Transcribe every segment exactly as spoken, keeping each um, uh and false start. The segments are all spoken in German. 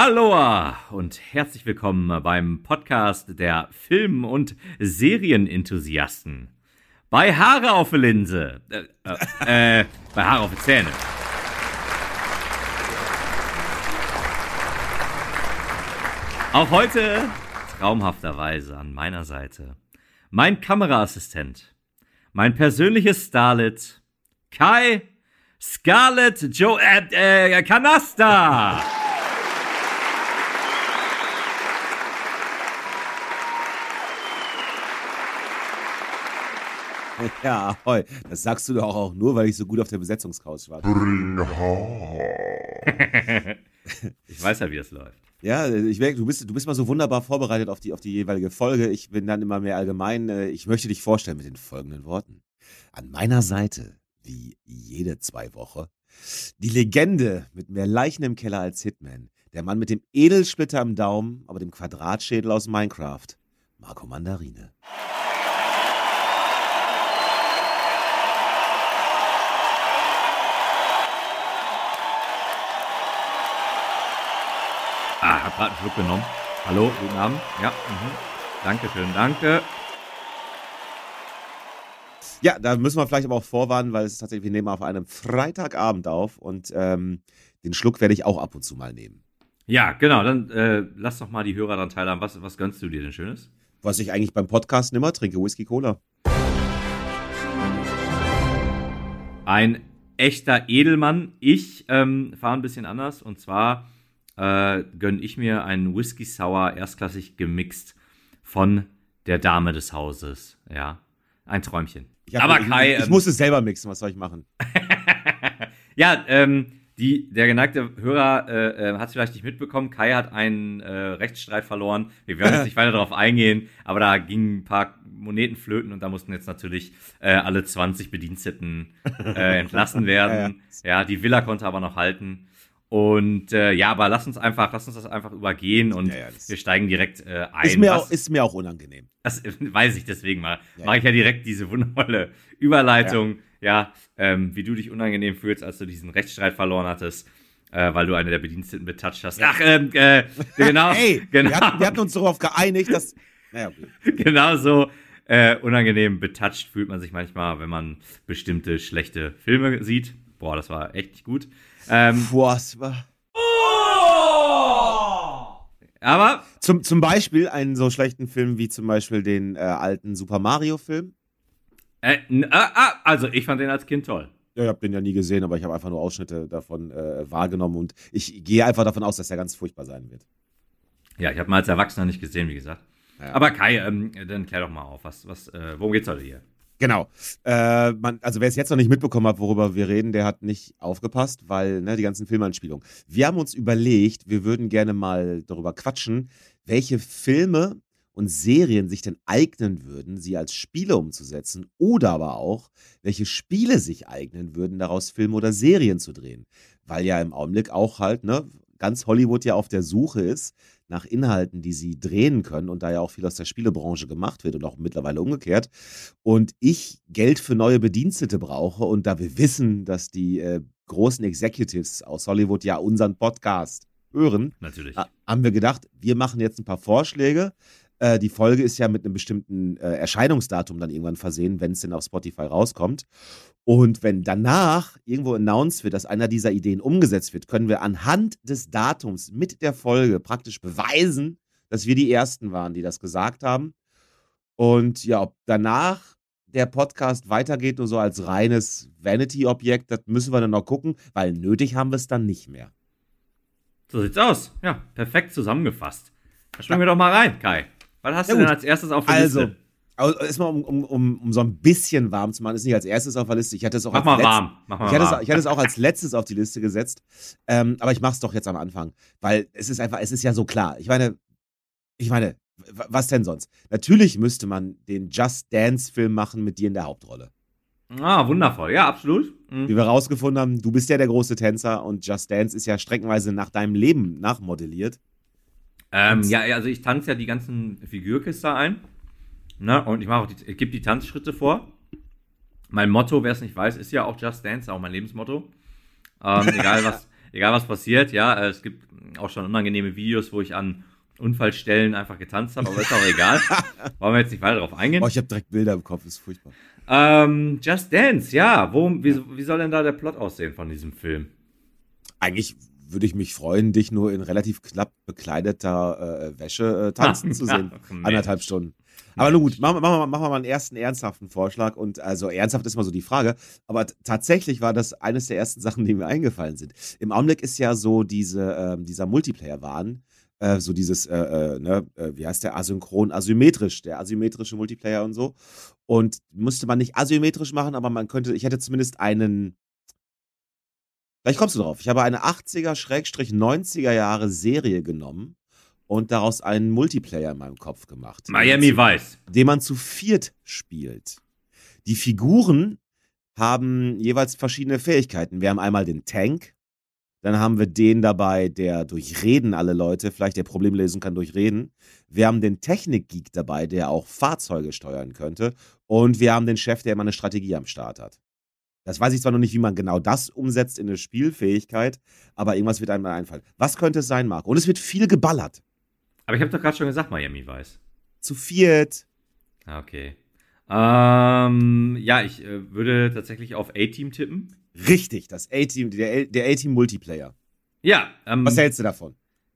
Aloha und herzlich willkommen beim Podcast der Film- und Serienenthusiasten. Bei Haare auf der Linse. Äh, äh, äh, bei Haare auf die Zähne. Auch heute traumhafterweise an meiner Seite mein Kameraassistent, mein persönliches Starlet, Kai Scarlett Joe äh, äh, Canasta. Ja, ahoi. Das sagst du doch auch nur, weil ich so gut auf der Besetzungscouch war. Ich weiß ja, wie es läuft. Ja, ich merke, du bist, du bist mal so wunderbar vorbereitet auf die, auf die jeweilige Folge. Ich bin dann immer mehr allgemein. Ich möchte dich vorstellen mit den folgenden Worten. An meiner Seite, wie jede zwei Wochen, die Legende mit mehr Leichen im Keller als Hitman. Der Mann mit dem Edelsplitter im Daumen, aber dem Quadratschädel aus Minecraft. Marco Mandarine. Ah, hab gerade einen Schluck genommen. Hallo, guten Abend. Ja, mhm. Dankeschön, danke. Ja, da müssen wir vielleicht aber auch vorwarnen, weil es ist tatsächlich, wir nehmen auf einem Freitagabend auf und ähm, den Schluck werde ich auch ab und zu mal nehmen. Ja, genau, dann äh, lass doch mal die Hörer daran teilhaben. Was, was gönnst du dir denn Schönes? Was ich eigentlich beim Podcast immer trinke, Whisky Cola. Ein echter Edelmann. Ich ähm, fahre ein bisschen anders und zwar äh, gönne ich mir einen Whisky Sour erstklassig gemixt von der Dame des Hauses. Ja, ein Träumchen. Ich hab, Aber ich, Kai, ich ähm, muss es selber mixen, was soll ich machen? ja, ähm, die, der geneigte Hörer äh, äh, hat es vielleicht nicht mitbekommen. Kai hat einen äh, Rechtsstreit verloren. Wir werden jetzt nicht weiter darauf eingehen, aber da gingen ein paar Moneten flöten und da mussten jetzt natürlich äh, alle zwanzig Bediensteten äh, entlassen werden. Ja, ja. ja, die Villa konnte aber noch halten. Und äh, ja, aber lass uns einfach, lass uns das einfach übergehen und ja, ja, wir steigen direkt äh, ein. Ist mir, auch, ist mir auch unangenehm. Das weiß ich, deswegen mal. Ja, mache ich ja direkt diese wundervolle Überleitung, ja, ja ähm, wie du dich unangenehm fühlst, als du diesen Rechtsstreit verloren hattest, äh, weil du eine der Bediensteten betatscht hast. Ach, ähm, äh, genau. Hey, genau. Wir, hatten, wir hatten uns darauf geeinigt, dass. Naja, okay. Genau so äh, unangenehm betatscht fühlt man sich manchmal, wenn man bestimmte schlechte Filme sieht. Boah, das war echt nicht gut. Ähm, Boah, es war. Aber Zum, zum Beispiel einen so schlechten Film wie zum Beispiel den äh, alten Super Mario-Film. Äh, n- ah, ah, also ich fand den als Kind toll. Ja, ich habe den ja nie gesehen, aber ich habe einfach nur Ausschnitte davon äh, wahrgenommen und ich gehe einfach davon aus, dass er ganz furchtbar sein wird. Ja, ich habe ihn als Erwachsener nicht gesehen, wie gesagt. Ja. Aber Kai, ähm, dann klär doch mal auf, was, was, äh, worum geht's heute hier? Genau. Äh, man, also wer es jetzt noch nicht mitbekommen hat, worüber wir reden, der hat nicht aufgepasst, weil ne, die ganzen Filmanspielungen. Wir haben uns überlegt, wir würden gerne mal darüber quatschen, welche Filme und Serien sich denn eignen würden, sie als Spiele umzusetzen oder aber auch, welche Spiele sich eignen würden, daraus Filme oder Serien zu drehen. Weil ja im Augenblick auch halt, ne, ganz Hollywood ja auf der Suche ist nach Inhalten, die sie drehen können und da ja auch viel aus der Spielebranche gemacht wird und auch mittlerweile umgekehrt. Und ich Geld für neue Bedienstete brauche und da wir wissen, dass die äh, großen Executives aus Hollywood ja unseren Podcast hören, Natürlich. ha- haben wir gedacht, wir machen jetzt ein paar Vorschläge. Äh, die Folge ist ja mit einem bestimmten äh, Erscheinungsdatum dann irgendwann versehen, wenn es denn auf Spotify rauskommt. Und wenn danach irgendwo announced wird, dass einer dieser Ideen umgesetzt wird, können wir anhand des Datums mit der Folge praktisch beweisen, dass wir die Ersten waren, die das gesagt haben. Und ja, ob danach der Podcast weitergeht, nur so als reines Vanity-Objekt, das müssen wir dann noch gucken, weil nötig haben wir es dann nicht mehr. So sieht's aus. Ja, perfekt zusammengefasst. Da springen wir doch mal rein, Kai. Was hast Ja, du denn gut. als erstes auf der Also, Liste? also erstmal, um, um, um, um so ein bisschen warm zu machen, ist nicht als erstes auf der Liste. Ich hatte es auch Mach als mal letzt- warm. Mach mal Ich hatte, warm. es, ich hatte es auch als letztes auf die Liste gesetzt, ähm, aber ich mache es doch jetzt am Anfang, weil es ist einfach, es ist ja so klar. Ich meine, ich meine, w- was denn sonst? Natürlich müsste man den Just Dance-Film machen mit dir in der Hauptrolle. Ah, wundervoll. Ja, absolut. Mhm. Wie wir rausgefunden haben, du bist ja der große Tänzer und Just Dance ist ja streckenweise nach deinem Leben nachmodelliert. Ähm, Und- ja, also ich tanze ja die ganzen Figürkes da ein. Ne? Und ich mache auch die, ich gebe die Tanzschritte vor. Mein Motto, wer es nicht weiß, ist ja auch Just Dance, auch mein Lebensmotto. Ähm, egal was, egal was passiert, ja, äh, es gibt auch schon unangenehme Videos, wo ich an Unfallstellen einfach getanzt habe, aber ist auch egal. Wollen wir jetzt nicht weiter darauf eingehen. Oh, ich habe direkt Bilder im Kopf, ist furchtbar. Ähm, Just Dance, ja, wo, wie, wie soll denn da der Plot aussehen von diesem Film? Eigentlich würde ich mich freuen, dich nur in relativ knapp bekleideter äh, Wäsche äh, tanzen zu sehen. Ach, Mensch. Anderthalb Stunden. Aber nun gut, machen wir, machen, wir, machen wir mal einen ersten ernsthaften Vorschlag. Und also ernsthaft ist mal so die Frage. Aber t- tatsächlich war das eines der ersten Sachen, die mir eingefallen sind. Im Augenblick ist ja so diese, ähm, dieser Multiplayer-Wahn, äh, so dieses, äh, äh, ne, äh, wie heißt der, asynchron, asymmetrisch, der asymmetrische Multiplayer und so. Und müsste man nicht asymmetrisch machen, aber man könnte, ich hätte zumindest einen, vielleicht kommst du drauf, ich habe eine achtziger-neunziger Jahre Serie genommen und daraus einen Multiplayer in meinem Kopf gemacht. Miami Vice. Den man zu viert spielt. Die Figuren haben jeweils verschiedene Fähigkeiten. Wir haben einmal den Tank, dann haben wir den dabei, der durch Reden alle Leute, vielleicht der Probleme lösen kann durch Reden. Wir haben den Technik-Geek dabei, der auch Fahrzeuge steuern könnte. Und wir haben den Chef, der immer eine Strategie am Start hat. Das weiß ich zwar noch nicht, wie man genau das umsetzt in eine Spielfähigkeit, aber irgendwas wird einem da einfallen. Was könnte es sein, Marco? Und es wird viel geballert. Aber ich habe doch gerade schon gesagt, Miami Vice. Zu viert. Ah, okay. Ähm, ja, ich äh, würde tatsächlich auf A-Team tippen. Richtig, das A-Team, der, der A-Team-Multiplayer. Ja. Ähm, Was hältst du davon?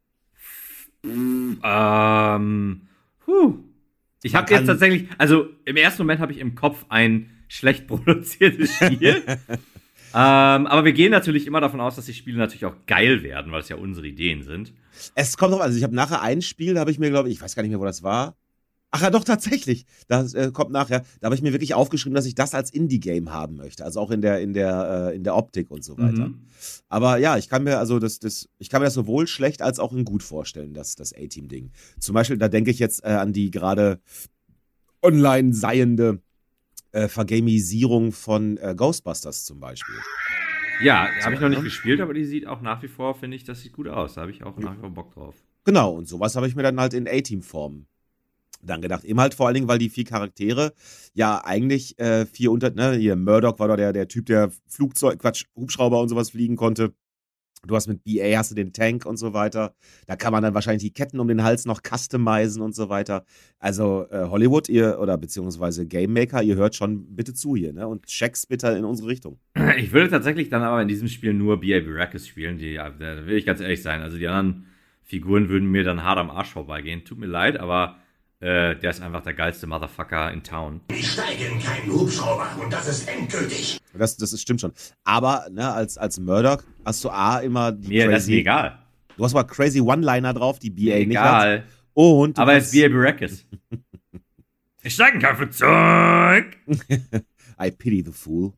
Ähm, puh. Ich Man habe jetzt kann- tatsächlich, also im ersten Moment habe ich im Kopf ein schlecht produziertes Spiel. ähm, aber wir gehen natürlich immer davon aus, dass die Spiele natürlich auch geil werden, weil es ja unsere Ideen sind. Es kommt drauf an. Also ich habe nachher ein Spiel, da habe ich mir, glaube ich, ich weiß gar nicht mehr, wo das war. Ach ja, doch, tatsächlich. Das äh, kommt nachher. Da habe ich mir wirklich aufgeschrieben, dass ich das als Indie-Game haben möchte. Also auch in der, in der, äh, in der Optik und so weiter. Mhm. Aber ja, ich kann mir also das, das, ich kann mir das sowohl schlecht als auch in gut vorstellen, das, das A-Team-Ding. Zum Beispiel, da denke ich jetzt äh, an die gerade online seiende äh, Vergamisierung von äh, Ghostbusters zum Beispiel. Ja, habe ich noch nicht ne? gespielt, aber die sieht auch nach wie vor, finde ich, das sieht gut aus. Da habe ich auch nach wie vor Bock drauf. Genau, und sowas habe ich mir dann halt in A-Team-Form dann gedacht. Eben halt vor allen Dingen, weil die vier Charaktere ja eigentlich äh, vier unter, ne, hier Murdoch war doch der, der Typ, der Flugzeug, Quatsch, Hubschrauber und sowas fliegen konnte. Du hast mit B A hast du den Tank und so weiter. Da kann man dann wahrscheinlich die Ketten um den Hals noch customizen und so weiter. Also äh, Hollywood, ihr, oder beziehungsweise Game Maker, ihr hört schon bitte zu hier, ne? Und checks bitte in unsere Richtung. Ich würde tatsächlich dann aber in diesem Spiel nur B A Baracus spielen. Die, da will ich ganz ehrlich sein. Also die anderen Figuren würden mir dann hart am Arsch vorbeigehen. Tut mir leid, aber äh, der ist einfach der geilste Motherfucker in town. Ich steige in keinen Hubschrauber und das ist endgültig. Das, das ist, stimmt schon. Aber ne, als, als Murdoch hast du A immer die Mir das ist mir egal. Du hast mal crazy One-Liner drauf, die B A nicht hat. Egal. Und du Aber es hast- ist B A Baracus. Ich steige in kein Flugzeug. I pity the fool.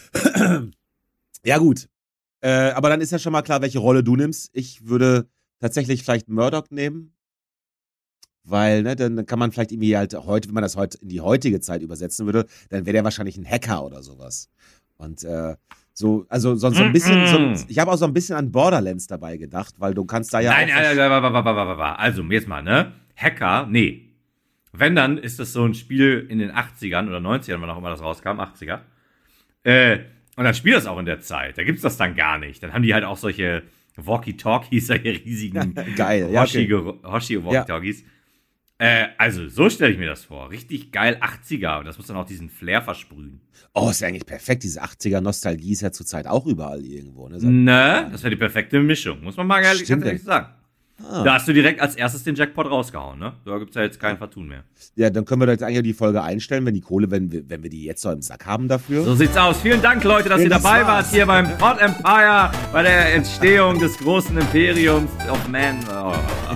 Ja, gut. Äh, aber dann ist ja schon mal klar, welche Rolle du nimmst. Ich würde tatsächlich vielleicht Murdoch nehmen. Weil, ne, dann kann man vielleicht irgendwie halt heute, wenn man das heute in die heutige Zeit übersetzen würde, dann wäre der wahrscheinlich ein Hacker oder sowas. Und äh, so, also so, so ein bisschen, so, ich habe auch so ein bisschen an Borderlands dabei gedacht, weil du kannst da ja Nein, auch. nein, nein, nein, nein, nein, nein, also jetzt mal, ne? Hacker, nee. Wenn, dann ist das so ein Spiel in den achtzigern oder neunzigern, wann auch immer das rauskam, achtziger. Äh, und dann spielt das auch in der Zeit. Da gibt's das dann gar nicht. Dann haben die halt auch solche Walkie-Talkies, solche riesigen Geil, ja, okay. Hoshi- Hoshi-Walkie-Talkies. Äh, also, so stelle ich mir das vor. Richtig geil achtziger. Und das muss dann auch diesen Flair versprühen. Oh, ist ja eigentlich perfekt. Diese achtziger-Nostalgie ist ja zurzeit auch überall irgendwo. Ne? Ne? Das wäre die perfekte Mischung. Muss man mal ganz Stimmt, ehrlich ey. sagen. Ah. Da hast du direkt als erstes den Jackpot rausgehauen, ne? Da gibt's ja jetzt kein Vertun mehr. Ja, dann können wir da jetzt eigentlich die Folge einstellen, wenn die Kohle, wenn wir, wenn wir die jetzt noch im Sack haben dafür. So sieht's aus. Vielen Dank, Leute, dass Ja, ihr das dabei war's. wart hier beim Pod Empire, bei der Entstehung des großen Imperiums of Man. Oh.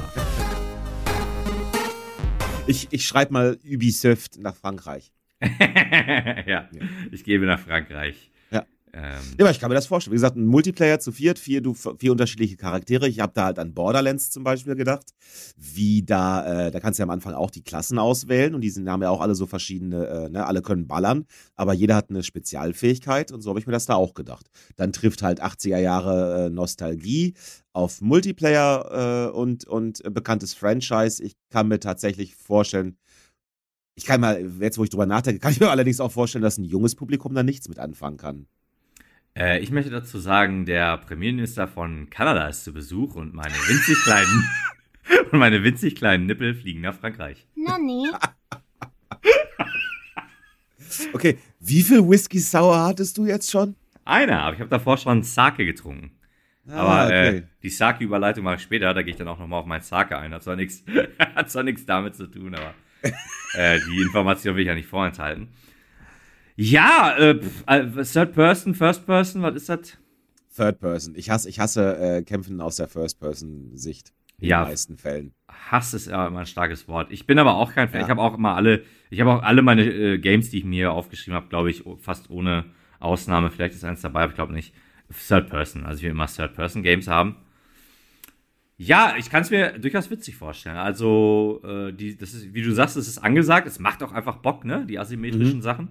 Ich, ich schreibe mal Ubisoft nach Frankreich. Ja, ich gebe nach Frankreich. Ja. Ähm, Ja, aber ich kann mir das vorstellen. Wie gesagt, ein Multiplayer zu viert, vier, du, vier unterschiedliche Charaktere. Ich habe da halt an Borderlands zum Beispiel gedacht, wie da, äh, da kannst du ja am Anfang auch die Klassen auswählen und die sind, haben ja auch alle so verschiedene, äh, ne, alle können ballern, aber jeder hat eine Spezialfähigkeit und so habe ich mir das da auch gedacht. Dann trifft halt achtziger Jahre äh, Nostalgie auf Multiplayer äh, und, und äh, bekanntes Franchise. Ich kann mir tatsächlich vorstellen, ich kann mal, jetzt wo ich drüber nachdenke, kann ich mir allerdings auch vorstellen, dass ein junges Publikum da nichts mit anfangen kann. Äh, ich möchte dazu sagen, der Premierminister von Kanada ist zu Besuch und meine winzig kleinen und meine winzig kleinen Nippel fliegen nach Frankreich. Nani? Okay, wie viel Whisky Sour hattest du jetzt schon? Einer, aber ich habe davor schon Sake getrunken. Ah, aber okay. äh, die Sake-Überleitung mache ich später, da gehe ich dann auch nochmal auf mein Sake ein. Hat zwar nichts hat zwar nichts damit zu tun, aber äh, die Information will ich ja nicht vorenthalten. Ja, äh, pf, äh, Third Person, First Person, was ist das? Third Person. Ich hasse, ich hasse äh, Kämpfen aus der First Person Sicht. In Ja. den meisten Fällen. Hass ist ja immer ein starkes Wort. Ich bin aber auch kein Fan. Ja. Ich habe auch immer alle, ich habe auch alle meine äh, Games, die ich mir aufgeschrieben habe, glaube ich, fast ohne Ausnahme. Vielleicht ist eins dabei, aber ich glaube nicht. Third Person. Also ich will immer Third Person Games haben. Ja, ich kann es mir durchaus witzig vorstellen. Also, äh, die, das ist, wie du sagst, es ist angesagt. Es macht auch einfach Bock, ne? Die asymmetrischen Mhm. Sachen.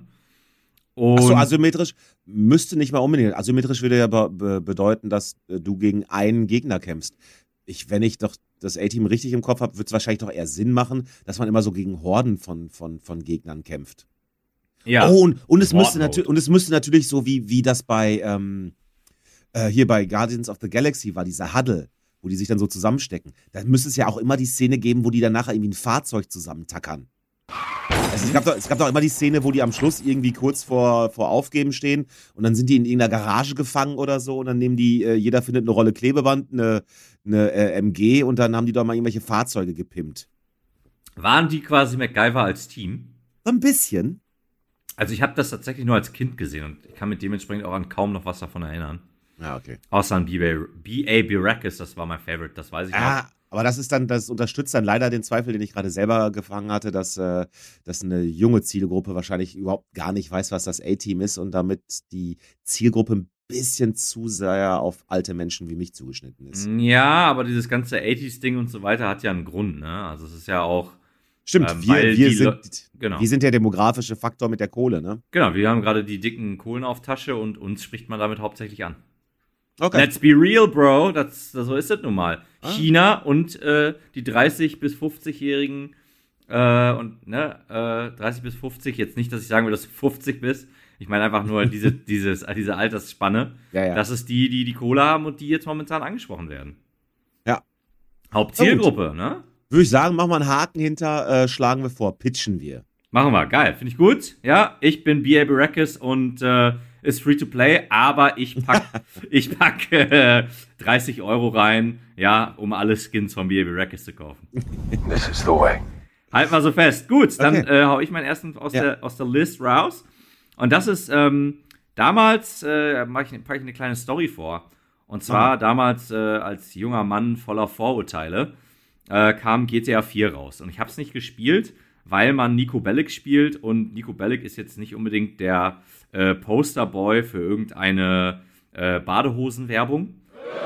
Und Achso, asymmetrisch müsste nicht mal unbedingt. Asymmetrisch würde ja be be bedeuten, dass äh, du gegen einen Gegner kämpfst. Ich, wenn ich doch das A-Team richtig im Kopf habe, wird es wahrscheinlich doch eher Sinn machen, dass man immer so gegen Horden von, von, von Gegnern kämpft. ja. Oh, und, und, es Horde müsste Mode. natürlich, und es müsste natürlich so wie, wie das bei ähm, äh, hier bei Guardians of the Galaxy war, dieser Huddle, wo die sich dann so zusammenstecken. Da müsste es ja auch immer die Szene geben, wo die dann nachher irgendwie ein Fahrzeug zusammentackern. Also es, gab doch, es gab doch immer die Szene, wo die am Schluss irgendwie kurz vor, vor Aufgeben stehen und dann sind die in irgendeiner Garage gefangen oder so und dann nehmen die, äh, jeder findet eine Rolle Klebeband, eine, eine äh, M G und dann haben die doch mal irgendwelche Fahrzeuge gepimpt. Waren die quasi MacGyver als Team? So ein bisschen. Also ich habe das tatsächlich nur als Kind gesehen und ich kann mir dementsprechend auch an kaum noch was davon erinnern. Ja, okay. Außer an B A Baracus, das war mein Favorite, das weiß ich Ja, aber das ist dann, das unterstützt dann leider den Zweifel, den ich gerade selber gefangen hatte, dass, äh, dass eine junge Zielgruppe wahrscheinlich überhaupt gar nicht weiß, was das A-Team ist und damit die Zielgruppe ein bisschen zu sehr auf alte Menschen wie mich zugeschnitten ist. noch. Ja, aber dieses ganze achtziger-Ding und so weiter hat ja einen Grund, ne? Also es ist ja auch, Stimmt, ähm, wir, weil wir, die Le- sind, genau. wir sind der demografische Faktor mit der Kohle, ne? genau, wir haben gerade die dicken Kohlen auf Tasche und uns spricht man damit hauptsächlich an. Okay. Let's be real, Bro, das, das, so ist es nun mal. Ah. China und äh, die dreißig- bis fünfzig-Jährigen äh, und ne, äh, dreißig bis fünfzig, jetzt nicht, dass ich sagen will, dass du fünfzig bist. Ich meine einfach nur diese, dieses, diese Altersspanne. Ja, ja. Das ist die, die die Kohle haben und die jetzt momentan angesprochen werden. Ja. Hauptzielgruppe, ne? Würde ich sagen, machen wir einen Haken hinter, äh, schlagen wir vor, pitchen wir. Machen wir, geil, finde ich gut. Ja, ich bin B A Baracus und äh, ist free to play, aber ich pack, ich pack äh, dreißig Euro rein, ja, um alle Skins von B A Baracus zu kaufen. This is the way. Halt mal so fest. Gut, dann Okay. äh, hau ich meinen ersten aus, Ja. der, aus der List raus. Und das ist, ähm, damals, äh, mach ich, pack ich eine kleine Story vor. Und zwar damals äh, als junger Mann voller Vorurteile äh, kam G T A vier raus. Und ich habe es nicht gespielt, weil man Nico Bellic spielt. Und Nico Bellic ist jetzt nicht unbedingt der äh, Posterboy für irgendeine äh, Badehosenwerbung.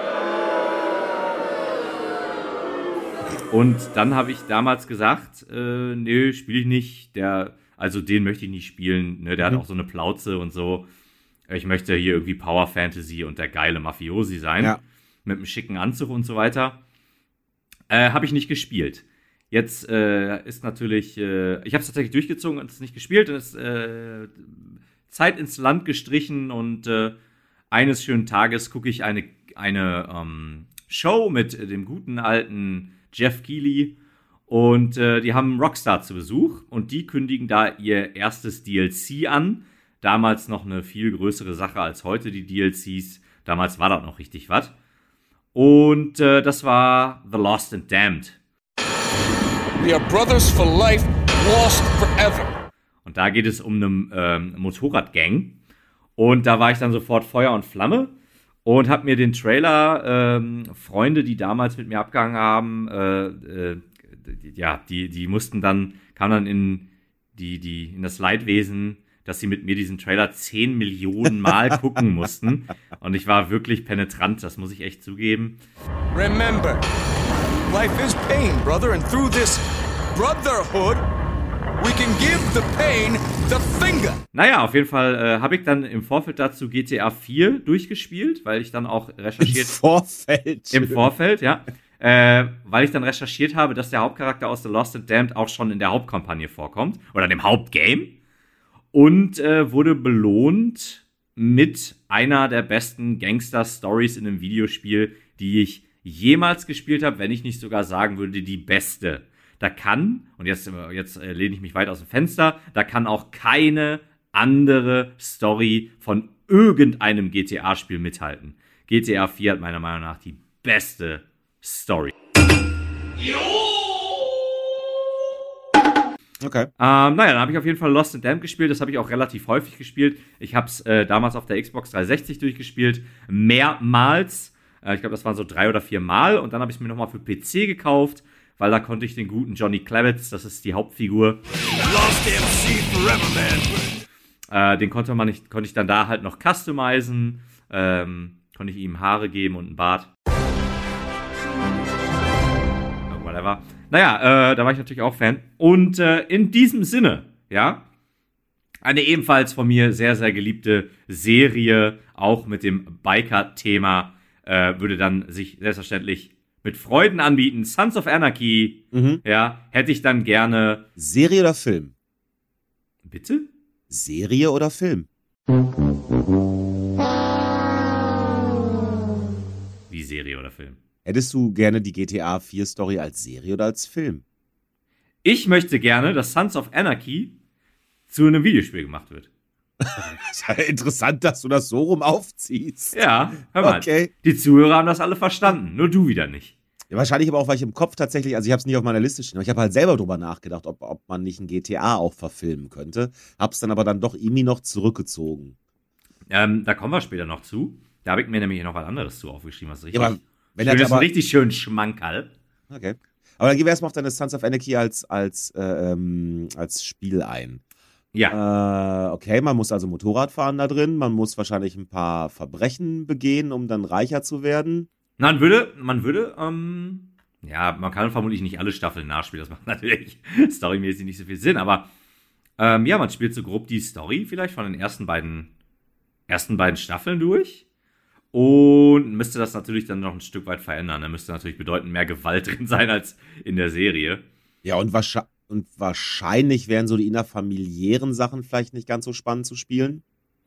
Und dann habe ich damals gesagt, äh, nee, spiele ich nicht. Der, also den möchte ich nicht spielen. Ne? Der Mhm. hat auch so eine Plauze und so. Ich möchte hier irgendwie Power Fantasy und der geile Mafiosi sein. Ja. Mit einem schicken Anzug und so weiter. Äh, habe ich nicht gespielt. Jetzt äh, ist natürlich, äh, ich habe es tatsächlich durchgezogen und es nicht gespielt. Und es äh, Zeit ins Land gestrichen und äh, eines schönen Tages gucke ich eine, eine ähm, Show mit dem guten alten Jeff Keighley und äh, die haben Rockstar zu Besuch und die kündigen da ihr erstes D L C an. Damals noch eine viel größere Sache als heute, die D L Cs. Damals war das noch richtig was. Und äh, das war The Lost and Damned. We are brothers for life, lost forever. Und da geht es um eine ähm, Motorradgang. Und da war ich dann sofort Feuer und Flamme und habe mir den Trailer, ähm, Freunde, die damals mit mir abgehangen haben, äh, äh, ja, die, die mussten dann, kamen dann in, die, die, in das Leidwesen, dass sie mit mir diesen Trailer zehn Millionen Mal gucken mussten. Und ich war wirklich penetrant, das muss ich echt zugeben. Remember, life is pain, brother, and through this brotherhood, we can give the pain the finger. Naja, auf jeden Fall äh, habe ich dann im Vorfeld dazu G T A vier durchgespielt, weil ich dann auch Im recherchiert Vorfeld. Im Vorfeld, ja. Äh, weil ich dann recherchiert habe, dass der Hauptcharakter aus The Lost and Damned auch schon in der Hauptkampagne vorkommt. Oder dem Hauptgame. Und äh, wurde belohnt mit einer der besten Gangster-Stories in einem Videospiel, die ich jemals gespielt habe, wenn ich nicht sogar sagen würde, die beste. Da kann, und jetzt, jetzt äh, lehne ich mich weit aus dem Fenster, da kann auch keine andere Story von irgendeinem G T A-Spiel mithalten. G T A vier hat meiner Meinung nach die beste Story. Okay. Ähm, naja, dann habe ich auf jeden Fall Lost and Damned gespielt. Das habe ich auch relativ häufig gespielt. Ich habe es äh, damals auf der Xbox dreihundertsechzig durchgespielt. Mehrmals. Äh, ich glaube, das waren so drei oder vier Mal. Und dann habe ich es mir nochmal für P C gekauft, weil da konnte ich den guten Johnny Kravitz, das ist die Hauptfigur. Lost M C Forever, man. Äh, den konnte, man nicht, konnte ich dann da halt noch customizen. Ähm, konnte ich ihm Haare geben und einen Bart. Whatever. Naja, äh, da war ich natürlich auch Fan. Und äh, in diesem Sinne, ja, eine ebenfalls von mir sehr, sehr geliebte Serie, auch mit dem Biker-Thema, äh, würde dann sich selbstverständlich mit Freuden anbieten. Sons of Anarchy, Mhm. ja, hätte ich dann gerne. Serie oder Film? Bitte? Serie oder Film? Wie Serie oder Film? Hättest du gerne die G T A vier Story als Serie oder als Film? Ich möchte gerne, dass Sons of Anarchy zu einem Videospiel gemacht wird. Ist ja interessant, dass du das so rum aufziehst. Ja, hör mal. Okay. Die Zuhörer haben das alle verstanden, nur du wieder nicht. Ja, wahrscheinlich aber auch, weil ich im Kopf tatsächlich, also ich habe es nicht auf meiner Liste stehen, aber ich habe halt selber drüber nachgedacht, ob, ob man nicht ein G T A auch verfilmen könnte. Hab's dann aber dann doch irgendwie noch zurückgezogen. Ähm, da kommen wir später noch zu. Da habe ich mir nämlich noch was anderes zu aufgeschrieben, was richtig, Ja, aber wenn schön, er ist aber, ein richtig schön Schmankerl. Okay. Aber dann gehen wir erstmal auf deine Sons of Anarchy als, als, äh, ähm, als Spiel ein. Ja. Äh, okay, man muss also Motorrad fahren da drin, man muss wahrscheinlich ein paar Verbrechen begehen, um dann reicher zu werden. Man würde, man würde, ähm, ja, man kann vermutlich nicht alle Staffeln nachspielen, das macht natürlich storymäßig nicht so viel Sinn, aber ähm, ja, man spielt so grob die Story vielleicht von den ersten beiden, ersten beiden Staffeln durch. Und müsste das natürlich dann noch ein Stück weit verändern. Da müsste natürlich bedeutend mehr Gewalt drin sein als in der Serie. Ja, und, wahrscheinlich, und wahrscheinlich wären so die innerfamiliären Sachen vielleicht nicht ganz so spannend zu spielen.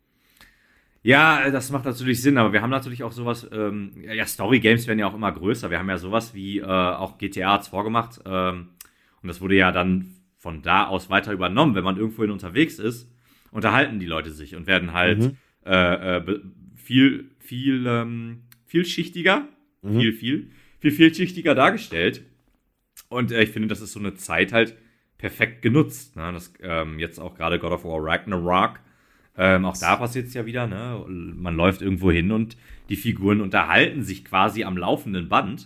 Ja, das macht natürlich Sinn, aber wir haben natürlich auch sowas, ähm, ja, Story-Games werden ja auch immer größer. Wir haben ja sowas wie äh, auch G T A hat's vorgemacht. Ähm, und das wurde ja dann von da aus weiter übernommen. Wenn man irgendwohin unterwegs ist, unterhalten die Leute sich und werden halt Mhm. äh, äh, viel, viel, ähm, vielschichtiger, Mhm. viel, viel, viel vielschichtiger dargestellt. Und äh, ich finde, das ist so eine Zeit halt perfekt genutzt. Ne? Das, ähm, jetzt auch gerade God of War Ragnarok. Ähm, auch da passiert es ja wieder. Ne? Man läuft irgendwo hin und die Figuren unterhalten sich quasi am laufenden Band.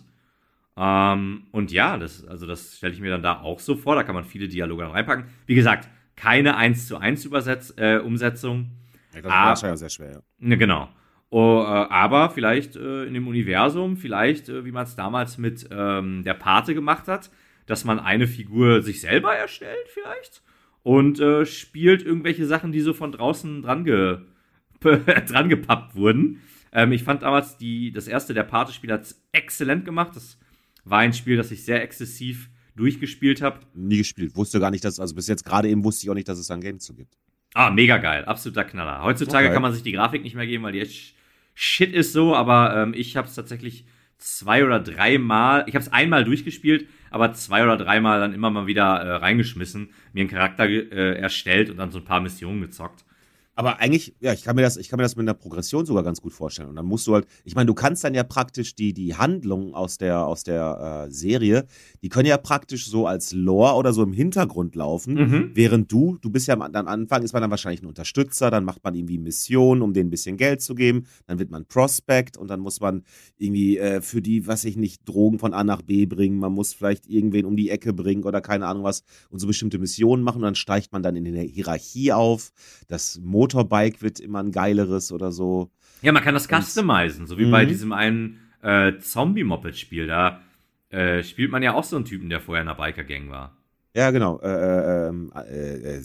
Ähm, und ja, das, also das stelle ich mir dann da auch so vor. Da kann man viele Dialoge dann reinpacken. Wie gesagt, keine eins zu eins Übersetz, äh, Umsetzung. Ja, das war wahrscheinlich auch sehr schwer, ja. Ne, genau. Oh, äh, aber vielleicht äh, in dem Universum, vielleicht, äh, wie man es damals mit ähm, der Pate gemacht hat, dass man eine Figur sich selber erstellt, vielleicht, und äh, spielt irgendwelche Sachen, die so von draußen dran, ge dran gepappt wurden. Ähm, ich fand damals die, das erste der Pate-Spiel hat es exzellent gemacht. Das war ein Spiel, das ich sehr exzessiv durchgespielt habe. Nie gespielt. Wusste gar nicht, dass, also bis jetzt gerade eben wusste ich auch nicht, dass es da ein Game zu gibt. Ah, mega geil. Absoluter Knaller. Heutzutage Okay. kann man sich die Grafik nicht mehr geben, weil die echt Shit ist so, aber ähm, ich habe es tatsächlich zwei oder dreimal, ich habe es einmal durchgespielt, aber zwei oder dreimal dann immer mal wieder äh, reingeschmissen, mir einen Charakter äh, erstellt und dann so ein paar Missionen gezockt. Aber eigentlich, ja, ich kann mir das, ich kann mir das mit einer Progression sogar ganz gut vorstellen. Und dann musst du halt, ich meine, du kannst dann ja praktisch die, die Handlungen aus der, aus der äh, Serie, die können ja praktisch so als Lore oder so im Hintergrund laufen, Mhm. während du, du bist ja am am Anfang, ist man dann wahrscheinlich ein Unterstützer, dann macht man irgendwie Missionen, um denen ein bisschen Geld zu geben, dann wird man Prospect und dann muss man irgendwie äh, für die, was ich nicht, Drogen von A nach B bringen, man muss vielleicht irgendwen um die Ecke bringen oder keine Ahnung was und so bestimmte Missionen machen und dann steigt man dann in der Hierarchie auf, das Motorbike wird immer ein geileres oder so. Ja, man kann das Und- customizen, so wie Mhm. bei diesem einen äh, Zombie-Moped-Spiel. Da äh, spielt man ja auch so einen Typen, der vorher in einer Biker-Gang war. Ja, genau. Äh, äh, ähm, äh, äh,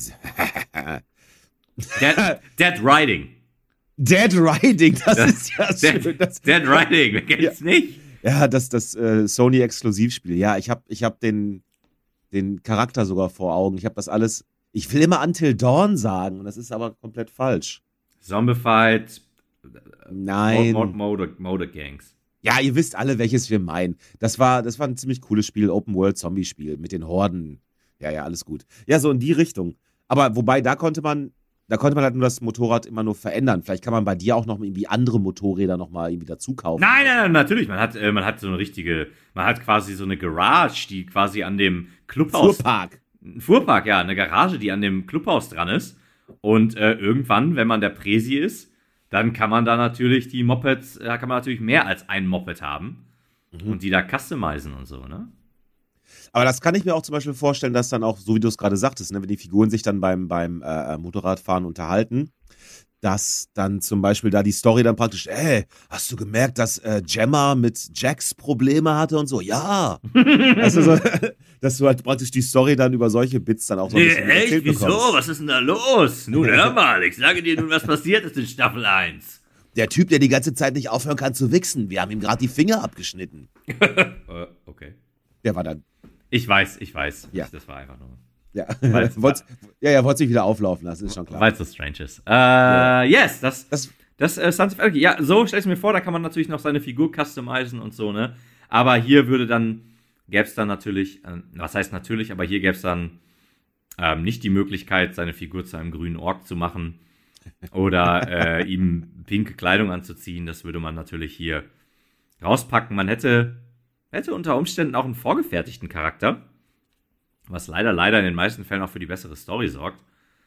Dead, Dead Riding. Dead Riding, das, Das- ist ja Dead, schön. Das, Dead Riding, wer kennt's nicht? ja, das, das äh, Sony-Exklusivspiel. Ja, ich habe ich hab den, den Charakter sogar vor Augen. Ich habe das alles. Ich will immer Until Dawn sagen und das ist aber komplett falsch. Zombified. Nein. Mod, Mod, Mod, Motor Gangs. Ja, ihr wisst alle, welches wir meinen. Das war, das war ein ziemlich cooles Spiel, Open-World-Zombie-Spiel mit den Horden. Ja, ja, alles gut. Ja, so in die Richtung. Aber wobei, da konnte man, da konnte man halt nur das Motorrad immer nur verändern. Vielleicht kann man bei dir auch noch irgendwie andere Motorräder noch mal irgendwie dazu kaufen. Nein, nein, nein, natürlich. Man hat, äh, man hat so eine richtige, man hat quasi so eine Garage, die quasi an dem Clubhaus. Fuhrpark. Ein Fuhrpark, ja, eine Garage, die an dem Clubhaus dran ist. Und äh, irgendwann, wenn man der Presi ist, dann kann man da natürlich die Mopeds, da kann man natürlich mehr als ein Moped haben mhm. und die da customizen und so, ne? Aber das kann ich mir auch zum Beispiel vorstellen, dass dann auch, so wie du es gerade sagtest, ne, wenn die Figuren sich dann beim, beim äh, Motorradfahren unterhalten, dass dann zum Beispiel da die Story dann praktisch, ey, hast du gemerkt, dass äh, Gemma mit Jax Probleme hatte und so? Ja! Also so, dass du halt praktisch die Story dann über solche Bits dann auch so ein nee, bisschen echt? erzählt Wieso? bekommst. Was ist denn da los? Nun hör mal, ich sage dir nun, was passiert ist in Staffel eins. Der Typ, der die ganze Zeit nicht aufhören kann zu wichsen, wir haben ihm gerade die Finger abgeschnitten. uh, okay. Der war dann. Ich weiß, ich weiß. Ja. Das war einfach nur. Ja, Wollt's, ja, ja, wollte sich wieder auflaufen lassen, ist schon klar. Weil es so strange ist. Äh, ja. Yes, das, das, das äh, Sons of Anarchy. Ja, so stell ich mir vor, da kann man natürlich noch seine Figur customizen und so, ne? Aber hier würde dann, gäbe es dann natürlich, äh, was heißt natürlich, aber hier gäbe es dann ähm, nicht die Möglichkeit, seine Figur zu einem grünen Ork zu machen oder äh, ihm pinke Kleidung anzuziehen. Das würde man natürlich hier rauspacken. Man hätte, hätte unter Umständen auch einen vorgefertigten Charakter, was leider, leider in den meisten Fällen auch für die bessere Story sorgt.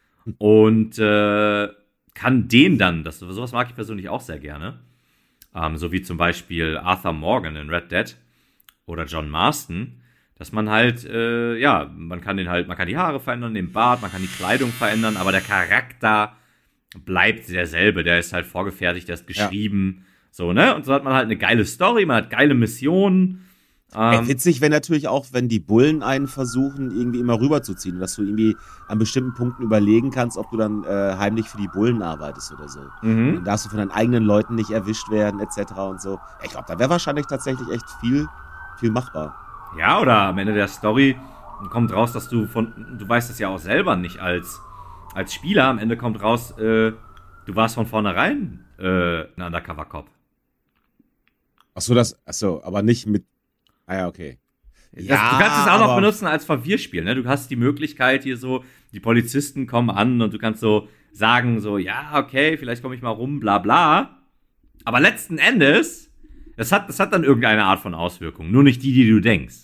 Und äh, kann den dann, das, sowas mag ich persönlich auch sehr gerne, ähm, so wie zum Beispiel Arthur Morgan in Red Dead oder John Marston, dass man halt, äh, ja, man kann den halt, man kann die Haare verändern, den Bart, man kann die Kleidung verändern, aber der Charakter bleibt derselbe, der ist halt vorgefertigt, der ist geschrieben, ja. So, ne? Und so hat man halt eine geile Story, man hat geile Missionen. Ähm, witzig wäre natürlich auch, wenn die Bullen einen versuchen, irgendwie immer rüberzuziehen, dass du irgendwie an bestimmten Punkten überlegen kannst, ob du dann äh, heimlich für die Bullen arbeitest oder so. Mhm. Dann darfst du von deinen eigenen Leuten nicht erwischt werden, et cetera und so. Ich glaube, da wäre wahrscheinlich tatsächlich echt viel, viel machbar. Ja, oder am Ende der Story kommt raus, dass du von, du weißt es ja auch selber nicht als, als Spieler, am Ende kommt raus, äh, du warst von vornherein äh, ein Undercover-Cop. Achso, das, achso, aber nicht mit. Ah ja, okay. Das, ja, du kannst es auch noch benutzen als Verwirrspiel, ne? Du hast die Möglichkeit hier so, die Polizisten kommen an und du kannst so sagen, so, ja, okay, vielleicht komme ich mal rum, bla bla. Aber letzten Endes, das hat, das hat dann irgendeine Art von Auswirkung, nur nicht die, die du denkst.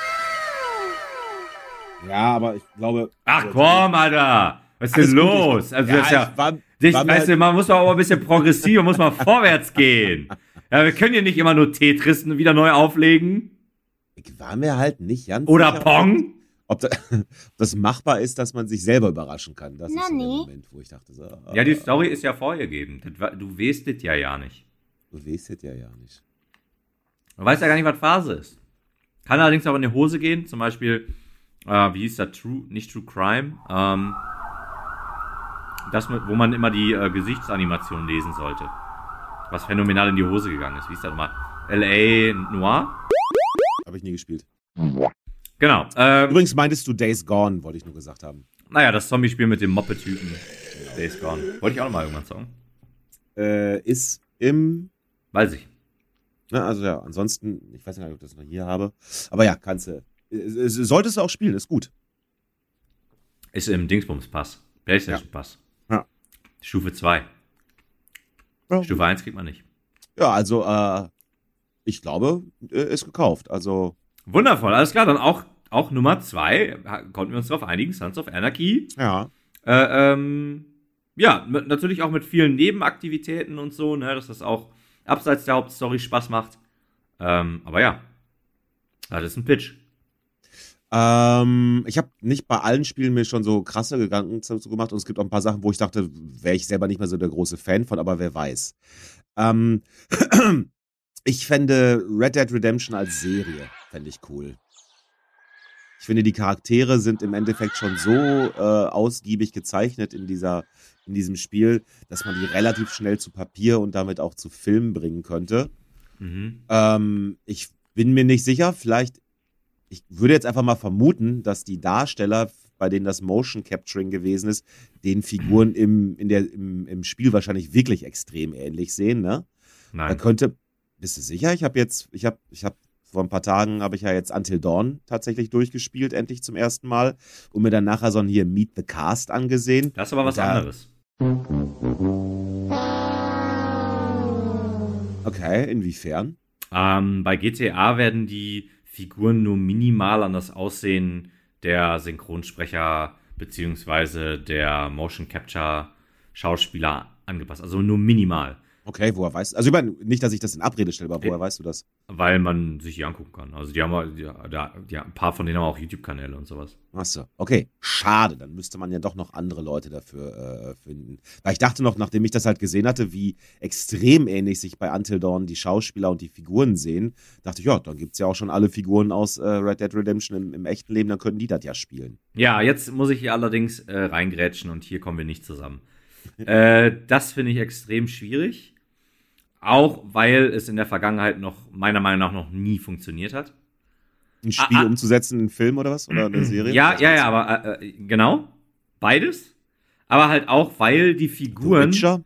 Ja, aber ich glaube... Ach komm, Alter! Was ist denn los? Also, ja, das ist ja, war, dich, war weißt du, man muss doch auch ein bisschen progressiver, muss mal vorwärts gehen. Ja, wir können hier nicht immer nur Tetris wieder neu auflegen. Ich war mir halt nicht ganz Oder sicher, Pong. Ob, da, ob das machbar ist, dass man sich selber überraschen kann. Das Na, ist so der nee. Moment, wo ich dachte so... Ah, Ja, die Story ist ja vorgegeben. Du weißt das ja ja nicht. Du weißt es ja ja nicht. Du weißt ja gar nicht, was Phase ist. Kann allerdings auch in die Hose gehen. Zum Beispiel, äh, wie hieß das? True, nicht True Crime. Ähm, das, mit, wo man immer die äh, Gesichtsanimation lesen sollte. Was phänomenal in die Hose gegangen ist. Wie hieß das nochmal? L A Noir? Habe ich nie gespielt. Genau. Ähm, Übrigens meintest du Days Gone, wollte ich nur gesagt haben. Naja, das Zombie-Spiel mit dem Moppe-Typen. Days Gone. Wollte ich auch noch mal irgendwann sagen. Äh, ist im... Weiß ich. Na, also ja, ansonsten, ich weiß nicht, ob ich das noch hier habe. Aber ja, kannst du. äh, Solltest du auch spielen, ist gut. Ist im Dingsbums-Pass. PlayStation-Pass. Ja. Stufe zwei. Ja. Stufe eins kriegt man nicht. Ja, also, äh, ich glaube, äh, ist gekauft. Also. Wundervoll, alles klar. Dann auch, auch Nummer zwei, konnten wir uns darauf einigen, Sons of Anarchy. Ja. Äh, ähm, ja, mit, natürlich auch mit vielen Nebenaktivitäten und so, ne, dass das auch abseits der Hauptstory Spaß macht. Ähm, aber ja, das ist ein Pitch. Ähm, ich habe nicht bei allen Spielen mir schon so krasse Gedanken dazu gemacht und es gibt auch ein paar Sachen, wo ich dachte, wäre ich selber nicht mehr so der große Fan von, aber wer weiß. Ähm, ich fände Red Dead Redemption als Serie, fände ich cool. Ich finde, die Charaktere sind im Endeffekt schon so äh, ausgiebig gezeichnet in dieser, in diesem Spiel, dass man die relativ schnell zu Papier und damit auch zu Film bringen könnte. Mhm. Ähm, ich bin mir nicht sicher, vielleicht, ich würde jetzt einfach mal vermuten, dass die Darsteller bei denen das Motion Capturing gewesen ist, den Figuren im, in der, im, im Spiel wahrscheinlich wirklich extrem ähnlich sehen, ne? Nein. Da könnte, bist du sicher? Ich habe jetzt, ich habe, ich habe vor ein paar Tagen habe ich ja jetzt Until Dawn tatsächlich durchgespielt, endlich zum ersten Mal, und mir dann nachher so ein hier Meet the Cast angesehen. Das ist aber was da, anderes. Okay, inwiefern? Ähm, bei G T A werden die Figuren nur minimal an das Aussehen der Synchronsprecher beziehungsweise der Motion Capture Schauspieler angepasst. Also nur minimal. Okay, woher weißt du? Also ich meine, nicht, dass ich das in Abrede stelle, aber woher weißt du das? Weil man sich die angucken kann. Also die haben die, die, ein paar von denen haben auch YouTube-Kanäle und sowas. Achso, okay. Schade, dann müsste man ja doch noch andere Leute dafür äh, finden. Weil ich dachte noch, nachdem ich das halt gesehen hatte, wie extrem ähnlich sich bei Until Dawn die Schauspieler und die Figuren sehen, dachte ich, ja, dann gibt es ja auch schon alle Figuren aus äh, Red Dead Redemption im, im echten Leben, dann könnten die das ja spielen. Ja, jetzt muss ich hier allerdings äh, reingrätschen und hier kommen wir nicht zusammen. äh, das finde ich extrem schwierig. Auch weil es in der Vergangenheit noch, meiner Meinung nach, noch nie funktioniert hat. Ein Spiel ah, ah. umzusetzen, einen Film oder was? Oder eine Serie? Ja, ja, ja, aber äh, genau. Beides. Aber halt auch, weil die Figuren. Witcher?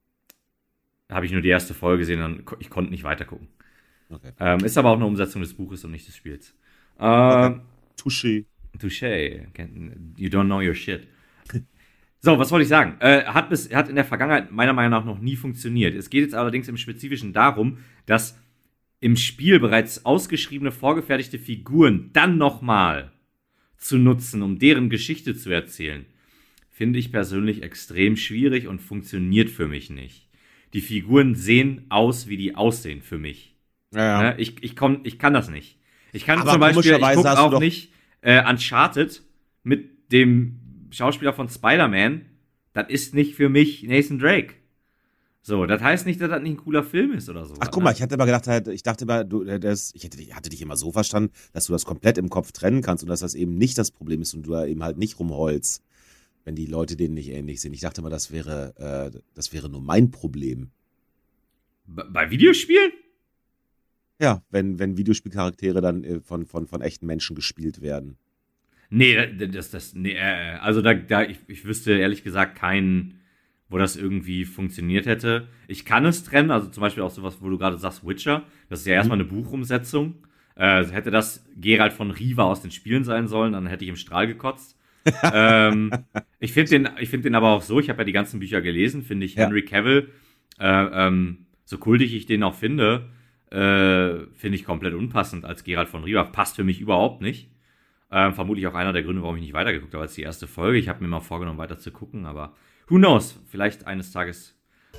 Da habe ich nur die erste Folge gesehen und ich konnte nicht weiter gucken. Okay. Ähm, ist aber auch eine Umsetzung des Buches und nicht des Spiels. Äh, Okay. Touché. Touché. You don't know your shit. So, was wollte ich sagen? Äh, hat, bis, hat in der Vergangenheit meiner Meinung nach noch nie funktioniert. Es geht jetzt allerdings im Spezifischen darum, dass im Spiel bereits ausgeschriebene, vorgefertigte Figuren dann nochmal zu nutzen, um deren Geschichte zu erzählen, finde ich persönlich extrem schwierig und funktioniert für mich nicht. Die Figuren sehen aus, wie die aussehen für mich. Ja, ja. Ich, ich, komm, ich kann das nicht. Ich kann Aber zum Beispiel, ich komischerweise gucke hast du auch doch- nicht äh, Uncharted mit dem Schauspieler von Spider-Man. Das ist nicht für mich Nathan Drake. So, das heißt nicht, dass das nicht ein cooler Film ist oder so. Ach, guck mal, ich hatte immer gedacht, halt, ich dachte immer, du, äh, das, ich hätte, hatte dich immer so verstanden, dass du das komplett im Kopf trennen kannst und dass das eben nicht das Problem ist und du da eben halt nicht rumheulst, wenn die Leute denen nicht ähnlich sind. Ich dachte immer, das wäre, äh, das wäre nur mein Problem. B- Bei Videospielen? Ja, wenn, wenn Videospielcharaktere dann äh, von, von, von echten Menschen gespielt werden. Nee, das, das, nee, äh, also da, da ich, ich wüsste ehrlich gesagt keinen, wo das irgendwie funktioniert hätte. Ich kann es trennen, also zum Beispiel auch sowas, wo du gerade sagst, Witcher, das ist ja erstmal eine Buchumsetzung. Äh, hätte das Geralt von Riva aus den Spielen sein sollen, dann hätte ich im Strahl gekotzt. ähm, ich finde den, ich finde den aber auch so, ich habe ja die ganzen Bücher gelesen, finde ich Ja. Henry Cavill, äh, ähm, so kultig ich den auch finde, äh, finde ich komplett unpassend als Geralt von Riva. Passt für mich überhaupt nicht. Ähm, vermutlich auch einer der Gründe, warum ich nicht weitergeguckt habe als die erste Folge. Ich habe mir mal vorgenommen, weiter zu gucken, aber who knows? Vielleicht eines Tages.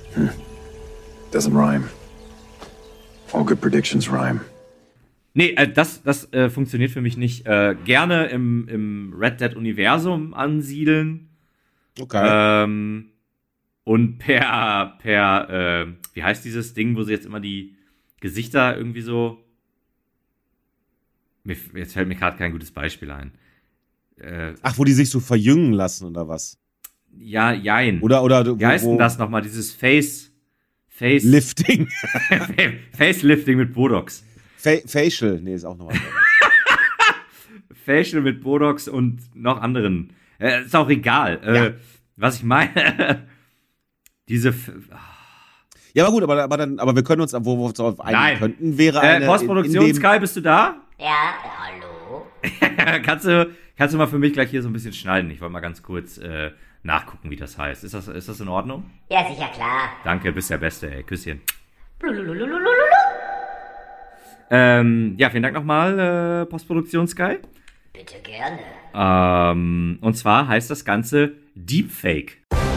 Doesn't rhyme. All good predictions rhyme. Nee, äh, das, das äh, funktioniert für mich nicht. Äh, gerne im, im Red Dead-Universum ansiedeln. Okay. Ähm, und per, per äh, wie heißt dieses Ding, wo sie jetzt immer die Gesichter irgendwie so. Mir, jetzt fällt mir gerade kein gutes Beispiel ein. Äh, Ach, wo die sich so verjüngen lassen oder was? ja, jein. Oder, oder wo, Wie heißt denn wo- das nochmal? Dieses Face. Face. Lifting. Facelifting mit Botox. Fa Facial. Nee, ist auch noch was. Facial mit Botox und noch anderen. Äh, ist auch egal. Äh, Ja. Was ich meine. Diese. F Ja, aber gut, aber, aber, dann, aber wir können uns, wo wir uns darauf einigen Nein. könnten, wäre äh, eine... Postproduktion, in, in dem- Sky, bist du da? Ja, hallo? kannst, du, kannst du mal für mich gleich hier so ein bisschen schneiden? Ich wollte mal ganz kurz äh, nachgucken, wie das heißt. Ist das, ist das in Ordnung? Ja, sicher, klar. Danke, bist der Beste, ey. Küsschen. Blululululululu. Ähm, ja, vielen Dank nochmal, äh, Postproduktion Sky. Bitte gerne. Ähm, und zwar heißt das Ganze Deepfake.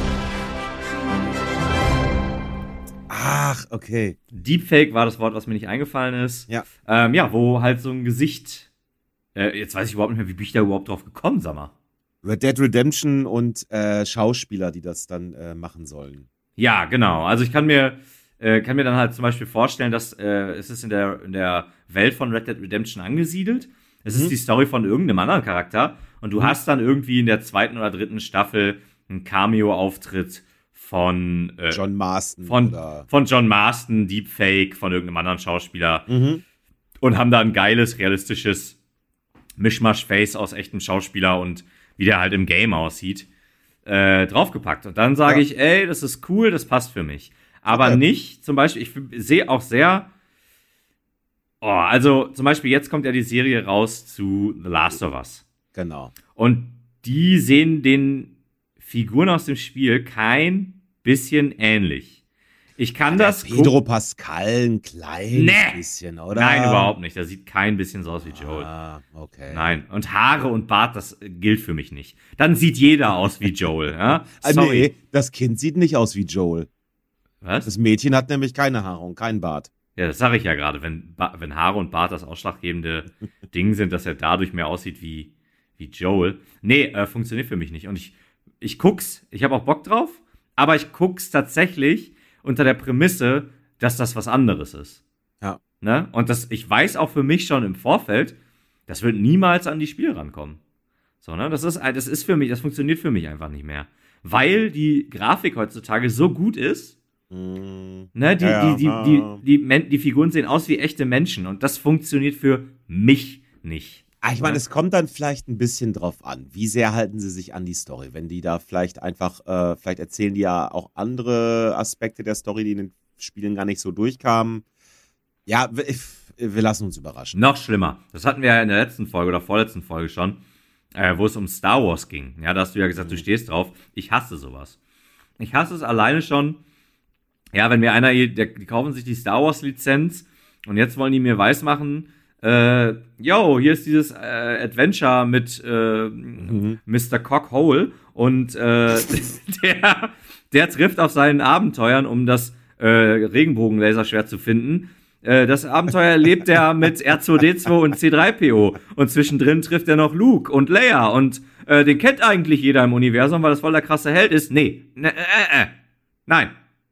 Ach, okay. Deepfake war das Wort, was mir nicht eingefallen ist. Ja. Ähm, ja, wo halt so ein Gesicht. Äh, jetzt weiß ich überhaupt nicht mehr, wie bin ich da überhaupt drauf gekommen, sag mal. Red Dead Redemption und äh, Schauspieler, die das dann äh, machen sollen. Ja, genau. Also ich kann mir, äh, kann mir dann halt zum Beispiel vorstellen, dass äh, es ist in der, in der Welt von Red Dead Redemption angesiedelt. Es Mhm. ist die Story von irgendeinem anderen Charakter. Und du hast dann irgendwie in der zweiten oder dritten Staffel einen Cameo-Auftritt von äh, John Marston von, oder... von John Marston, Deepfake, von irgendeinem anderen Schauspieler. Mhm. Und haben da ein geiles, realistisches Mischmasch-Face aus echtem Schauspieler und wie der halt im Game aussieht, äh, draufgepackt. Und dann sage Ja. ich, ey, das ist cool, das passt für mich. Aber Okay. nicht, zum Beispiel, ich sehe auch sehr, oh, also zum Beispiel jetzt kommt ja die Serie raus zu The Last of Us. Genau. Und die sehen den Figuren aus dem Spiel kein bisschen ähnlich. Ich kann Der das Pedro gucken- Pascal ein kleines Nee. bisschen, oder? Nein, überhaupt nicht. Der sieht kein bisschen so aus wie Joel. Ah, okay. Nein. Und Haare und Bart, das gilt für mich nicht. Dann sieht jeder aus wie Joel. Ja? Ah, Sorry. nee, das Kind sieht nicht aus wie Joel. Was? Das Mädchen hat nämlich keine Haare und keinen Bart. Ja, das sage ich ja gerade. Wenn, Ba- wenn Haare und Bart das ausschlaggebende Ding sind, dass er dadurch mehr aussieht wie, wie Joel. Nee, äh, funktioniert für mich nicht. Und ich, ich guck's, ich habe auch Bock drauf, aber ich guck's tatsächlich unter der Prämisse, dass das was anderes ist. Ja. Ne? Und das, ich weiß auch für mich schon im Vorfeld, das wird niemals an die Spiele rankommen. So, ne? Das ist, das ist für mich, das funktioniert für mich einfach nicht mehr. Weil die Grafik heutzutage so gut ist, Mm, ne? Die, ja, die, die, ja. die, die, Men- die Figuren sehen aus wie echte Menschen und das funktioniert für mich nicht. Ah, ich meine, es kommt dann vielleicht ein bisschen drauf an. Wie sehr halten sie sich an die Story? Wenn die da vielleicht einfach, äh, vielleicht erzählen die ja auch andere Aspekte der Story, die in den Spielen gar nicht so durchkamen. Ja, wir, wir lassen uns überraschen. Noch schlimmer. Das hatten wir ja in der letzten Folge oder vorletzten Folge schon, äh, wo es um Star Wars ging. Ja, da hast du ja gesagt, du stehst drauf. Ich hasse sowas. Ich hasse es alleine schon. Ja, wenn mir einer, der, die kaufen sich die Star Wars Lizenz und jetzt wollen die mir weismachen, äh, yo, hier ist dieses äh, Adventure mit äh, Mhm. Mister Cockhole und äh, der, der trifft auf seinen Abenteuern, um das äh, Regenbogenlaserschwert zu finden. Äh, das Abenteuer erlebt er mit R zwei D zwei und C drei P O und zwischendrin trifft er noch Luke und Leia und äh, den kennt eigentlich jeder im Universum, weil das voll der krasse Held ist. Nee, ne, äh, äh. Nein.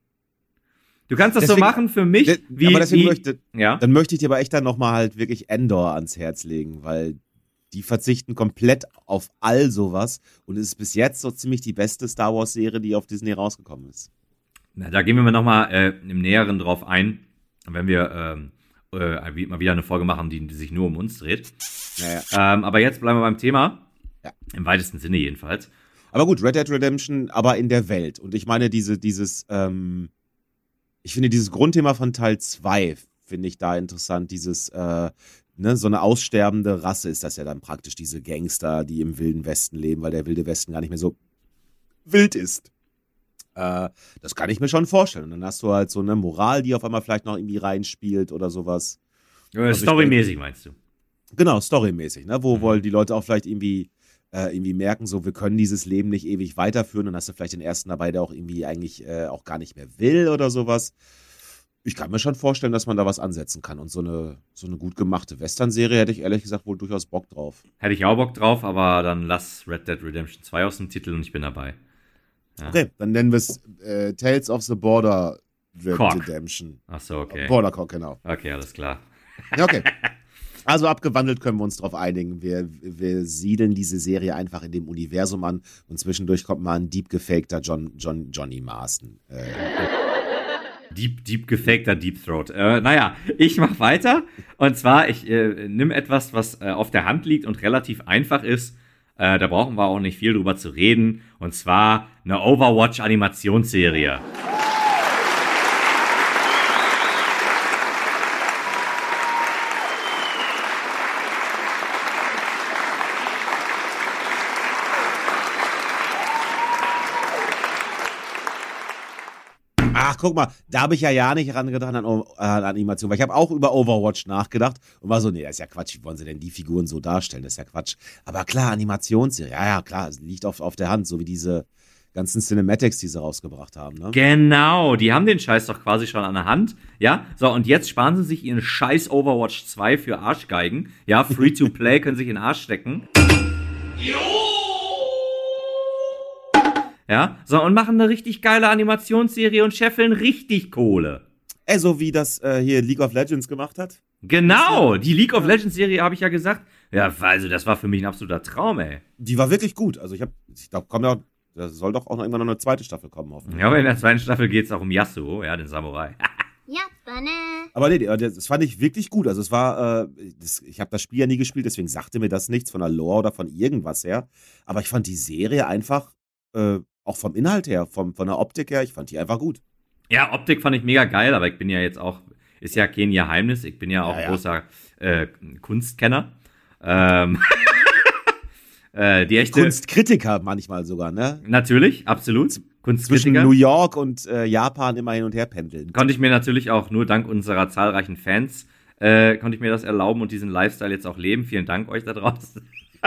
Du kannst das Deswegen- so machen für mich, De- wie, aber deswegen wie möchte, ja. dann möchte ich dir aber echt dann nochmal halt wirklich Endor ans Herz legen, weil die verzichten komplett auf all sowas und es ist bis jetzt so ziemlich die beste Star Wars Serie, die auf Disney rausgekommen ist. Na, da gehen wir mal nochmal äh, im Näheren drauf ein, wenn wir ähm, äh, mal wieder eine Folge machen, die, die sich nur um uns dreht. Naja. Ähm, aber jetzt bleiben wir beim Thema. Ja. Im weitesten Sinne jedenfalls. Aber gut, Red Dead Redemption, aber in der Welt. Und ich meine, diese, dieses, ähm, ich finde dieses Grundthema von Teil zwei finde ich da interessant. Dieses, äh, ne, so eine aussterbende Rasse ist das ja dann praktisch, diese Gangster, die im Wilden Westen leben, weil der Wilde Westen gar nicht mehr so wild ist. Äh, das kann ich mir schon vorstellen. Und dann hast du halt so eine Moral, die auf einmal vielleicht noch irgendwie reinspielt oder sowas. Äh, Also ich storymäßig meinst du? Genau, storymäßig, ne? Wo Mhm. wollen die Leute auch vielleicht irgendwie, äh, irgendwie merken, so, wir können dieses Leben nicht ewig weiterführen. Dann hast du vielleicht den ersten dabei, der auch irgendwie eigentlich äh, auch gar nicht mehr will oder sowas. Ich kann mir schon vorstellen, dass man da was ansetzen kann. Und so eine, so eine gut gemachte Western-Serie hätte ich ehrlich gesagt wohl durchaus Bock drauf. Hätte ich auch Bock drauf, aber dann lass Red Dead Redemption zwei aus dem Titel und ich bin dabei. Ja. Okay, dann nennen wir es äh, Tales of the Border Cock. Redemption. Ach so, okay. Border Cock, genau. Okay, alles klar. Ja, okay. Also abgewandelt können wir uns darauf einigen. Wir, wir siedeln diese Serie einfach in dem Universum an und zwischendurch kommt mal ein deep gefakter John, John, Johnny Marston. Äh, Deep, deep gefakter Deep Throat. Äh, naja, ich mach weiter. Und zwar, ich äh, nimm etwas, was äh, auf der Hand liegt und relativ einfach ist. Äh, da brauchen wir auch nicht viel drüber zu reden. Und zwar eine Overwatch-Animationsserie. Ach, guck mal, da habe ich ja ja nicht ran gedacht an, O- äh, an Animation, weil ich habe auch über Overwatch nachgedacht und war so, nee, das ist ja Quatsch, wie wollen sie denn die Figuren so darstellen, das ist ja Quatsch. Aber klar, Animationsserie, ja, ja, klar, es liegt auf, auf der Hand, so wie diese ganzen Cinematics, die sie rausgebracht haben, ne? Genau, die haben den Scheiß doch quasi schon an der Hand. Ja, so, und jetzt sparen sie sich ihren Scheiß Overwatch zwei für Arschgeigen. Ja, Free-to-Play können sich in den Arsch stecken. Ja, so, und machen eine richtig geile Animationsserie und scheffeln richtig Kohle. Äh, so wie das äh, hier League of Legends gemacht hat. Genau, die League of Legends Serie habe ich ja gesagt. Ja, also das war für mich ein absoluter Traum, ey. Die war wirklich gut. Also ich habe, ich glaube, kommt ja, da soll doch auch noch irgendwann noch eine zweite Staffel kommen, hoffentlich. Ja, aber in der zweiten Staffel geht es auch um Yasuo, ja, den Samurai. Yappa, Aber nee, das fand ich wirklich gut. Also es war, äh, das, ich habe das Spiel ja nie gespielt, deswegen sagte mir das nichts von der Lore oder von irgendwas her. Aber ich fand die Serie einfach, äh, auch vom Inhalt her, vom, von der Optik her, ich fand die einfach gut. Ja, Optik fand ich mega geil, aber ich bin ja jetzt auch, ist ja kein Geheimnis, ich bin ja auch Ja, ja. großer äh, Kunstkenner. Ähm, äh, die echte. Kunstkritiker manchmal sogar, ne? Natürlich, absolut. Zwischen Kunstkritiker. New York und äh, Japan immer hin und her pendeln. Konnte ich mir natürlich auch nur dank unserer zahlreichen Fans, äh, konnte ich mir das erlauben und diesen Lifestyle jetzt auch leben. Vielen Dank euch da draußen.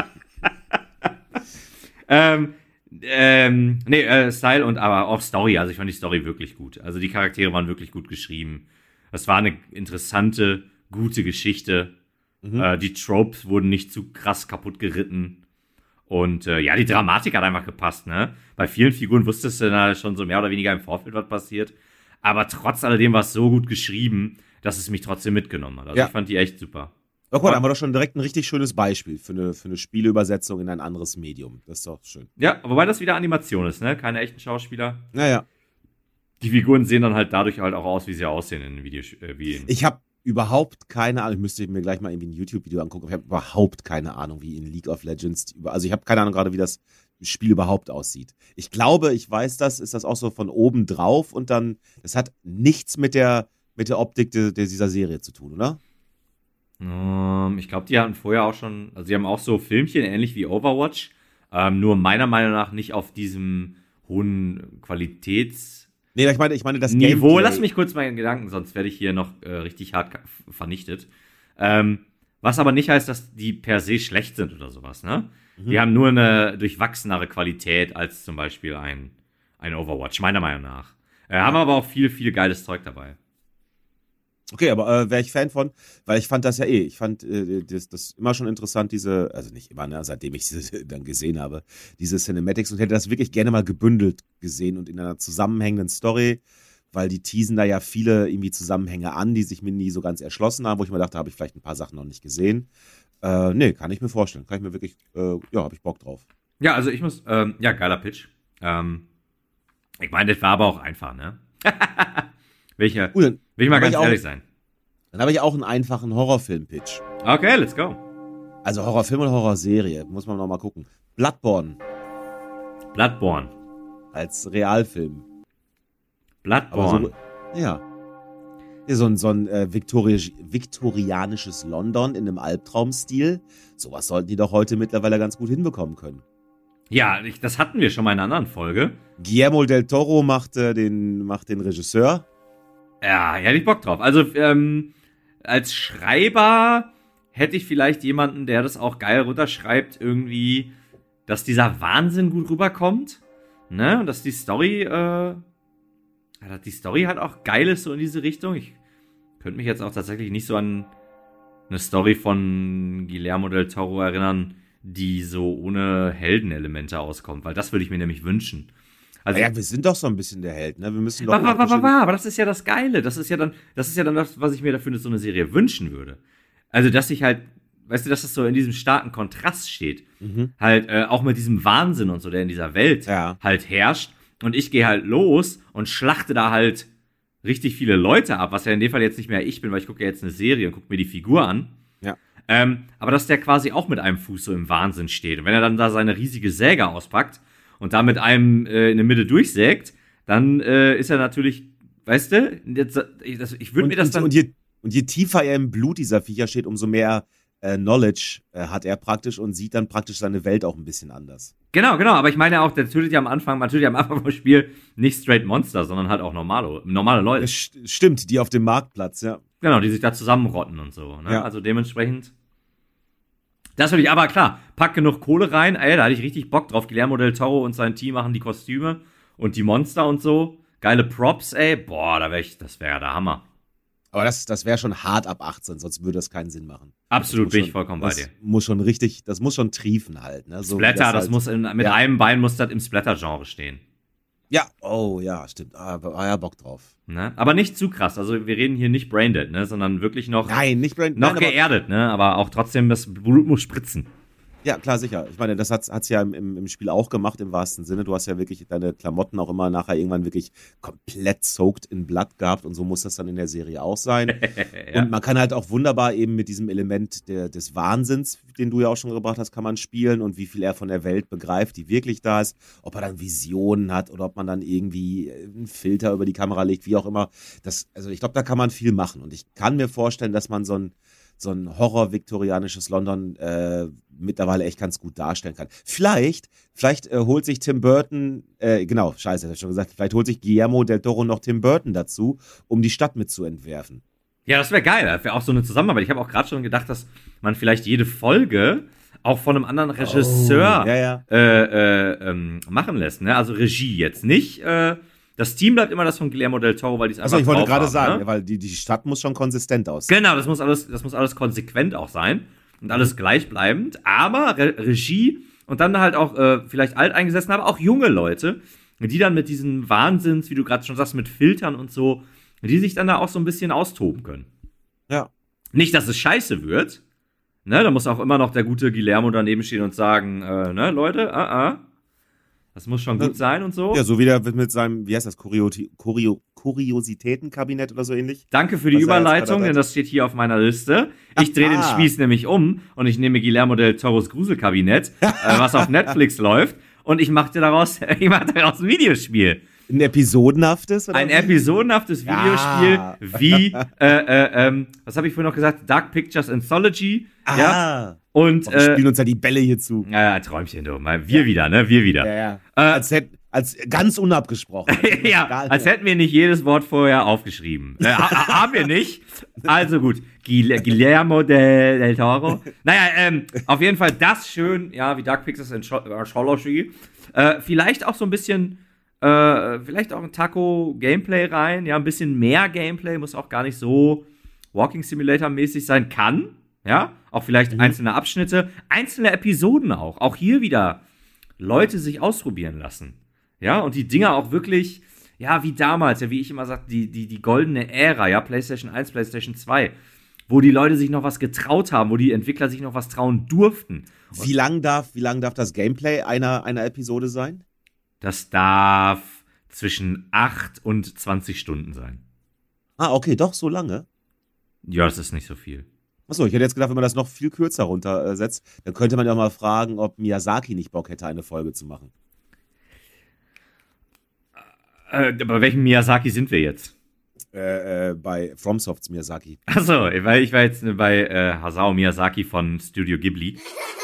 ähm, ähm, nee, äh, Style und aber auch Story. Also ich fand die Story wirklich gut. Also die Charaktere waren wirklich gut geschrieben. Das war eine interessante, gute Geschichte. Mhm. Äh, die Tropes wurden nicht zu krass kaputt geritten. Und äh, ja, die Dramatik hat einfach gepasst, ne? Bei vielen Figuren wusstest du dann schon so mehr oder weniger im Vorfeld, was passiert. Aber trotz alledem war es so gut geschrieben, dass es mich trotzdem mitgenommen hat. Also Ja. ich fand die echt super. Oh, guck mal, da haben wir doch schon direkt ein richtig schönes Beispiel für eine, für eine Spieleübersetzung in ein anderes Medium. Das ist doch schön. Ja, wobei das wieder Animation ist, ne? Keine echten Schauspieler. Naja. Die Figuren sehen dann halt dadurch halt auch aus, wie sie aussehen in Videos. Äh, wie in Ich habe überhaupt keine Ahnung, ich müsste mir gleich mal irgendwie ein YouTube-Video angucken, aber ich habe überhaupt keine Ahnung, wie in League of Legends, über, also ich habe keine Ahnung gerade, wie das Spiel überhaupt aussieht. Ich glaube, ich weiß das, ist das auch so von oben drauf und dann, das hat nichts mit der, mit der Optik de, de dieser Serie zu tun, oder? Ähm, ich glaube, die hatten vorher auch schon, also die haben auch so Filmchen, ähnlich wie Overwatch, ähm, nur meiner Meinung nach nicht auf diesem hohen Qualitäts- Nee, ich meine, ich meine das Niveau. Gameplay. Lass mich kurz meinen Gedanken, sonst werde ich hier noch äh, richtig hart ka- vernichtet. Ähm, was aber nicht heißt, dass die per se schlecht sind oder sowas, ne? Mhm. Die haben nur eine durchwachsenere Qualität als zum Beispiel ein, ein Overwatch, meiner Meinung nach. Äh, haben aber auch viel, viel geiles Zeug dabei. Okay, aber äh, wäre ich Fan von, weil ich fand das ja eh, ich fand äh, das, das immer schon interessant, diese, also nicht immer, ne, seitdem ich sie dann gesehen habe, diese Cinematics und hätte das wirklich gerne mal gebündelt gesehen und in einer zusammenhängenden Story, weil die teasen da ja viele irgendwie Zusammenhänge an, die sich mir nie so ganz erschlossen haben, wo ich mir dachte, habe ich vielleicht ein paar Sachen noch nicht gesehen. Äh, nee, kann ich mir vorstellen, kann ich mir wirklich, äh, ja, habe ich Bock drauf. Ja, also ich muss, ähm, ja, geiler Pitch. Ähm, ich meine, das war aber auch einfach, ne? will, ich, ja- Gut, dann, will ich mal aber ganz ich auch- ehrlich sein. dann habe ich auch einen einfachen Horrorfilm-Pitch. Okay, let's go. Also Horrorfilm oder Horrorserie, muss man noch mal gucken. Bloodborne Bloodborne. als Realfilm. Aber Bloodborne. so, ja. Ja, So ein, so ein äh, viktori viktorianisches London in einem Albtraumstil. Sowas sollten die doch heute mittlerweile ganz gut hinbekommen können. Ja, ich, das hatten wir schon mal in einer anderen Folge. Guillermo del Toro macht, äh, den, macht den Regisseur. Ja, hätte ich Bock drauf. Also, ähm, als Schreiber hätte ich vielleicht jemanden, der das auch geil runterschreibt, irgendwie, dass dieser Wahnsinn gut rüberkommt. Ne? Und dass die Story, äh, ja, dass die Story halt auch geil ist, so in diese Richtung. Ich könnte mich jetzt auch tatsächlich nicht so an eine Story von Guillermo del Toro erinnern, die so ohne Heldenelemente auskommt, weil das würde ich mir nämlich wünschen. Also, Ja, wir sind doch so ein bisschen der Held, ne? Wir müssen doch. Wa- wa- wa- wa- praktisch- wa, aber das ist ja das Geile. Das ist ja dann, das ist ja dann das, was ich mir dafür so eine Serie wünschen würde. Also, dass ich halt, weißt du, dass es so in diesem starken Kontrast steht. Mhm. Halt, äh, auch mit diesem Wahnsinn und so, der in dieser Welt Ja. halt herrscht. Und ich gehe halt los und schlachte da halt richtig viele Leute ab, was ja in dem Fall jetzt nicht mehr ich bin, weil ich gucke ja jetzt eine Serie und gucke mir die Figur an. Ja. Ähm, aber dass der quasi auch mit einem Fuß so im Wahnsinn steht. Und wenn er dann da seine riesige Säge auspackt und da mit einem äh, in der Mitte durchsägt, dann äh, ist er natürlich, weißt du, jetzt, ich, das- ich würde Und, mir das und, dann. und, je, und je tiefer er im Blut dieser Viecher steht, umso mehr äh, Knowledge äh, hat er praktisch und sieht dann praktisch seine Welt auch ein bisschen anders. Genau, genau, aber ich meine auch, der tötet ja am Anfang, man tötet ja am Anfang vom Spiel nicht straight Monster, sondern halt auch normale, normale Leute. Das st- stimmt, die auf dem Marktplatz, ja. Genau, die sich da zusammenrotten und so. Ne? Ja. Also dementsprechend. Das würde ich, aber klar, pack genug Kohle rein, ey, da hatte ich richtig Bock drauf. Guillermo del Toro und sein Team machen die Kostüme und die Monster und so. Geile Props, ey. Boah, da wär ich, das wäre der Hammer. Aber das, das wäre schon hart ab achtzehn, sonst würde das keinen Sinn machen. Absolut, Das muss bin ich schon- vollkommen bei das dir. Muss schon richtig, das muss schon triefen halt. Ne? So wie Splatter, das, halt- muss in, mit ja. einem Bein muss das im Splatter-Genre stehen. Ja, oh ja, stimmt. Ah, ah ja, Bock drauf. Ne? Aber nicht zu krass. Also wir reden hier nicht braindead, ne? Sondern wirklich noch, Nein, nicht Brand. noch nein, aber, geerdet, ne? Aber auch trotzdem, das Blut muss spritzen. Ja, klar, sicher. Ich meine, das hat es ja im, im, im Spiel auch gemacht, im wahrsten Sinne. Du hast ja wirklich deine Klamotten auch immer nachher irgendwann wirklich komplett soaked in Blood gehabt und so muss das dann in der Serie auch sein. Ja. Und man kann halt auch wunderbar eben mit diesem Element der, des Wahnsinns, den du ja auch schon gebracht hast, kann man spielen und wie viel er von der Welt begreift, die wirklich da ist. Ob er dann Visionen hat oder ob man dann irgendwie einen Filter über die Kamera legt, wie auch immer. Das, also ich glaube, da kann man viel machen und ich kann mir vorstellen, dass man so ein so ein Horror-viktorianisches London äh, mittlerweile echt ganz gut darstellen kann. Vielleicht, vielleicht äh, holt sich Tim Burton, äh, genau, scheiße, hab ich schon gesagt, vielleicht holt sich Guillermo del Toro noch Tim Burton dazu, um die Stadt mitzuentwerfen. Ja, das wäre geil, das wäre auch so eine Zusammenarbeit. Ich habe auch gerade schon gedacht, dass man vielleicht jede Folge auch von einem anderen Regisseur oh, ja, ja. Äh, äh, ähm, machen lässt. Ne? Also Regie jetzt nicht, äh, das Team bleibt immer das von Guillermo del Toro, weil die es einfach Achso, ich wollte drauf gerade haben, sagen, ne? weil die, die Stadt muss schon konsistent aussehen. Genau, das muss alles, das muss alles konsequent auch sein und alles gleichbleibend, aber Re- Regie und dann halt auch äh, vielleicht alteingesessen, aber auch junge Leute, die dann mit diesen Wahnsinns, wie du gerade schon sagst, mit Filtern und so, die sich dann da auch so ein bisschen austoben können. Ja. Nicht, dass es scheiße wird, ne, da muss auch immer noch der gute Guillermo daneben stehen und sagen, äh, ne, Leute, ah, ah, das muss schon gut sein und so. Ja, so wie der mit seinem, wie heißt das, Kurioti- Kurio- Kuriositätenkabinett oder so ähnlich. Danke für die Was er jetzt Überleitung, gerade hat. denn das steht hier auf meiner Liste. Ich drehe den Ah. Spieß nämlich um und ich nehme Guillermo del Toros Gruselkabinett, äh, was auf Netflix läuft, und ich machte daraus, ich machte daraus ein Videospiel. Ein episodenhaftes? Oder Ein wie? episodenhaftes Videospiel, Ja. wie, äh, äh, ähm, was habe ich vorhin noch gesagt? Dark Pictures Anthology. Ah. Ja. Und, Oh, wir äh, spielen uns ja die Bälle hier zu. ja, ein Träumchen, du. Mal wir wieder, ne? Wir wieder. Ja, ja. Äh, als, hätt, als ganz unabgesprochen. ja, Egal. als hätten wir nicht jedes Wort vorher aufgeschrieben. Äh, ha- haben wir nicht. Also gut, Guil- Guillermo del, del Toro. Naja, ähm, auf jeden Fall das schön, ja, wie Dark Pictures Anthology. Äh, vielleicht auch so ein bisschen, äh, vielleicht auch ein Taco Gameplay rein. Ja, ein bisschen mehr Gameplay, muss auch gar nicht so Walking Simulator mäßig sein. Kann, ja, auch vielleicht Mhm. einzelne Abschnitte, einzelne Episoden auch. Auch hier wieder Leute sich ausprobieren lassen. Ja, und die Dinger auch wirklich, ja, wie damals, ja, wie ich immer sage, die, die, die goldene Ära, ja, PlayStation eins, PlayStation zwei, wo die Leute sich noch was getraut haben, wo die Entwickler sich noch was trauen durften. Wie lang darf, wie lang darf das Gameplay einer, einer Episode sein? Das darf zwischen acht und zwanzig Stunden sein. Ah, okay, doch, so lange. Ja, das ist nicht so viel. Achso, ich hätte jetzt gedacht, wenn man das noch viel kürzer runtersetzt, dann könnte man ja mal fragen, ob Miyazaki nicht Bock hätte, eine Folge zu machen. Äh, bei welchem Miyazaki sind wir jetzt? Äh, äh, bei FromSofts Miyazaki. Achso, weil ich war jetzt bei äh, Hasao Miyazaki von Studio Ghibli.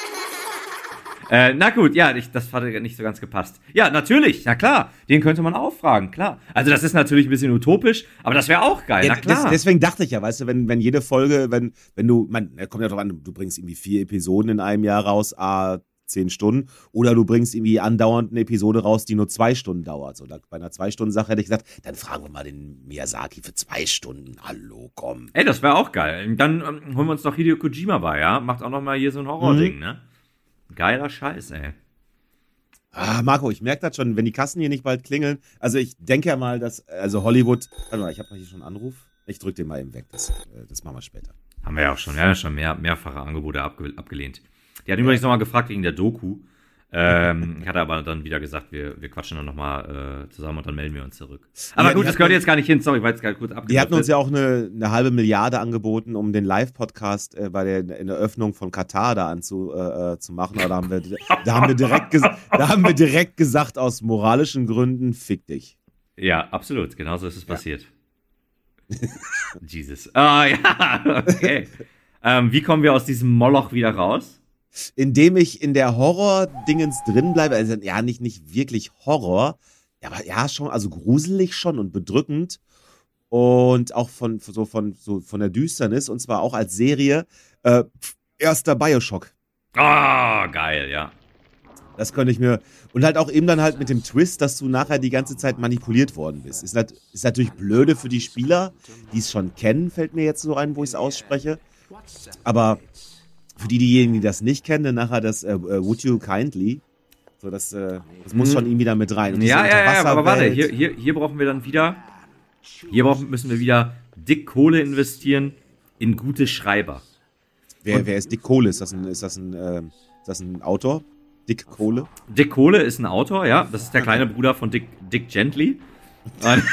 Äh, na gut, ja, ich, das hat nicht so ganz gepasst. Ja, natürlich, na klar, den könnte man auch fragen, klar. Also das ist natürlich ein bisschen utopisch, aber das wäre auch geil, Ja, na klar. des, deswegen dachte ich ja, weißt du, wenn, wenn jede Folge, wenn, wenn du, man, kommt ja drauf an, du bringst irgendwie vier Episoden in einem Jahr raus, a zehn Stunden, oder du bringst irgendwie andauernd eine Episode raus, die nur zwei Stunden dauert. So, da, bei einer Zwei-Stunden-Sache hätte ich gesagt, dann fragen wir mal den Miyazaki für zwei Stunden. Hallo, komm. Ey, das wäre auch geil. Dann ähm, holen wir uns noch Hideo Kojima bei, ja? Macht auch noch mal hier so ein Horror-Ding, Mhm. ne? Geiler Scheiß, ey. Ah, Marco, ich merke das schon, wenn die Kassen hier nicht bald klingeln. Also ich denke ja mal, dass, also Hollywood, warte mal, ich habe mal hier schon einen Anruf. Ich drück den mal eben weg, das, äh, das machen wir später. Haben wir ja auch schon, wir haben ja schon mehr, mehrfache Angebote abge abgelehnt. Die hat übrigens nochmal gefragt wegen der Doku. Ähm, ich hatte aber dann wieder gesagt, wir, wir quatschen dann nochmal äh, zusammen und dann melden wir uns zurück. Aber Ja, gut, die das hatten- gehört jetzt gar nicht hin, sorry, ich war jetzt gerade kurz abgedriftet. Die hatten uns ja auch eine, eine halbe Milliarde angeboten, um den Live-Podcast äh, bei der, in der Öffnung von Katar da anzu, äh, zu machen. Aber da haben wir, da haben wir direkt, ges- da haben wir direkt gesagt, aus moralischen Gründen, fick dich. Ja, absolut, genau so ist es passiert. Jesus. Ah, ja, okay. ähm, wie kommen wir aus diesem Moloch wieder raus? Indem ich in der Horror-Dingens drin bleibe, also ja, nicht, nicht wirklich Horror, ja, aber ja, schon, also gruselig schon und bedrückend und auch von, so von, so von der Düsternis und zwar auch als Serie, äh, erster Bioshock. Ah, geil, ja. Das könnte ich mir, und halt auch eben dann halt mit dem Twist, dass du nachher die ganze Zeit manipuliert worden bist. Ist, nat, ist natürlich blöde für die Spieler, die es schon kennen, fällt mir jetzt so ein, wo ich es ausspreche, aber für die, diejenigen, die das nicht kennen, dann nachher das äh, Would You Kindly, so das, äh, das muss schon irgendwie da mit rein. Und diese Ja, ja, ja, aber warte, Unterwasserwelt- hier, hier, hier brauchen wir dann wieder, hier brauchen, müssen wir wieder dick Kohle investieren in gute Schreiber. Wer, wer ist Dick Cole? Ist das ein, ist das ein, ähm, Ist das ein Autor? Dick Kohle? Dick Kohle ist ein Autor, ja. Das ist der kleine Bruder von Dick, Dick Gently. Und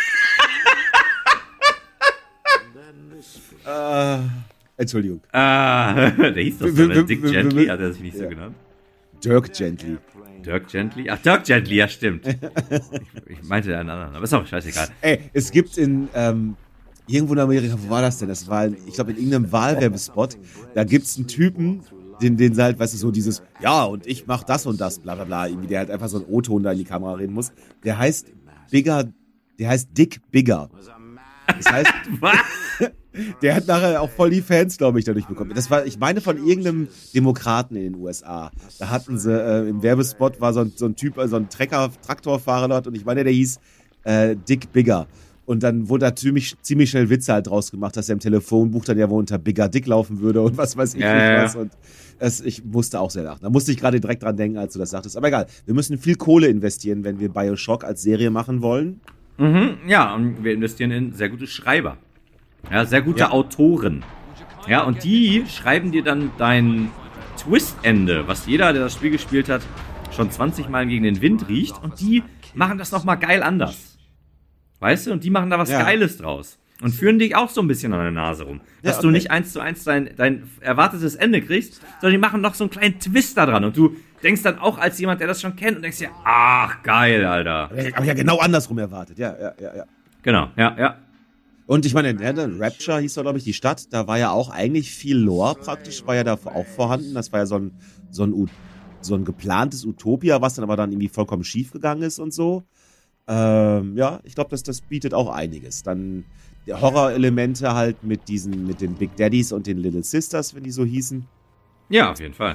äh, Entschuldigung. Ah, der hieß doch so, ne? Dick Gently, hat er sich nicht so ja. genannt. Dirk Gently. Dirk Gently? Ach, Dirk Gently, ja, stimmt. ich, ich meinte einen anderen, aber ist auch scheißegal. Ey, es gibt in, ähm, irgendwo in Amerika, wo war das denn? Das war, in, ich glaube, in irgendeinem Wahlwerbespot, da gibt's einen Typen, den, den sie halt, weißt du, so dieses, ja, und ich mach das und das, bla bla bla, irgendwie, der halt einfach so einen O-Ton da in die Kamera reden muss. Der heißt Bigger, der heißt Dick Bigger. Das heißt, Was? der hat nachher auch voll die Fans, glaube ich, dadurch bekommen. Das war, ich meine, von irgendeinem Demokraten in den U S A. Da hatten sie, äh, im Werbespot war so ein, so ein Typ, äh, so ein Trecker, Traktorfahrer dort und ich meine, der hieß äh, Dick Bigger. Und dann wurde da ziemlich, ziemlich schnell Witze halt draus gemacht, dass er im Telefonbuch dann ja wohl unter Bigger Dick laufen würde und was weiß ich ja, nicht ja. was. Und das, ich musste auch sehr lachen. Da musste ich gerade direkt dran denken, als du das sagtest. Aber egal, wir müssen viel Kohle investieren, wenn wir Bioshock als Serie machen wollen. Mhm, ja, und wir investieren in sehr gute Schreiber. Ja, sehr gute Ja. Autoren. Ja, und die schreiben dir dann dein Twist-Ende, was jeder, der das Spiel gespielt hat, schon zwanzig Mal gegen den Wind riecht. Und die machen das nochmal geil anders. Weißt du? Und die machen da was Ja. Geiles draus. Und führen dich auch so ein bisschen an der Nase rum. Dass Ja, du okay. nicht eins zu eins dein, dein erwartetes Ende kriegst, sondern die machen noch so einen kleinen Twist da dran. Und du denkst dann auch als jemand, der das schon kennt und denkst dir, ach, geil, Alter. Aber ich habe ja genau andersrum erwartet. Ja, ja, ja, ja. Genau, ja, ja. Und ich meine, ja, Rapture hieß doch, glaube ich, die Stadt. Da war ja auch eigentlich viel Lore praktisch, war ja da auch vorhanden. Das war ja so ein, so ein, U- so ein geplantes Utopia, was dann aber dann irgendwie vollkommen schief gegangen ist und so. Ähm, ja, ich glaube, das, das bietet auch einiges. Dann die Horrorelemente halt mit diesen, mit den Big Daddies und den Little Sisters, wenn die so hießen. Ja, auf jeden Fall.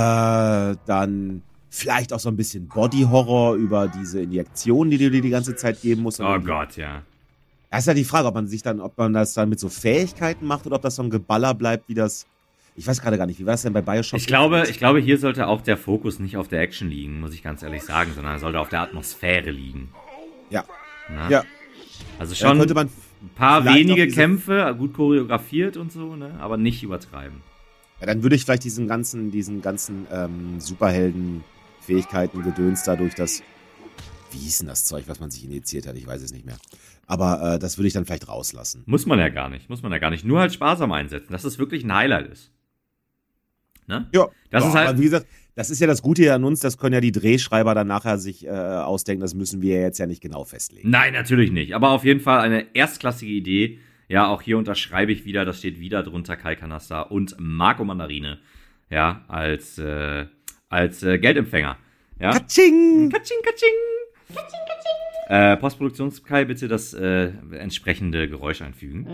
Äh, dann vielleicht auch so ein bisschen Body-Horror über diese Injektionen, die du dir die ganze Zeit geben musst. Oh Gott, ja. Das ist ja die Frage, ob man sich dann, ob man das dann mit so Fähigkeiten macht oder ob das so ein Geballer bleibt, wie das. Ich weiß gerade gar nicht, wie war das denn bei Bioshock? Ich glaube, ich glaube, hier sollte auch der Fokus nicht auf der Action liegen, muss ich ganz ehrlich sagen, sondern er sollte auf der Atmosphäre liegen. Ja. Ne? Ja. Also Dann schon könnte man ein paar vielleicht wenige auch diese- Kämpfe, gut choreografiert und so, ne? Aber nicht übertreiben. Ja, dann würde ich vielleicht diesen ganzen, diesen ganzen ähm, Superhelden-Fähigkeiten Gedöns dadurch das. Wie hieß denn das Zeug, was man sich injiziert hat? Ich weiß es nicht mehr. Aber äh, das würde ich dann vielleicht rauslassen. Muss man ja gar nicht, muss man ja gar nicht. Nur halt sparsam einsetzen, dass es wirklich ein Highlight ist. Ne? Ja, Das ja, ist halt- aber wie gesagt, das ist ja das Gute hier an uns, das können ja die Drehschreiber dann nachher sich äh, ausdenken, das müssen wir jetzt ja nicht genau festlegen. Nein, natürlich nicht. Aber auf jeden Fall eine erstklassige Idee. Ja, auch hier unterschreibe ich wieder, das steht wieder drunter, Kai Kanasta und Marco Mandarine. Ja, als, äh, als äh, Geldempfänger. Ja. Katsching! Katsching, katsching. Äh, Postproduktions-Kai, bitte das äh, entsprechende Geräusch einfügen.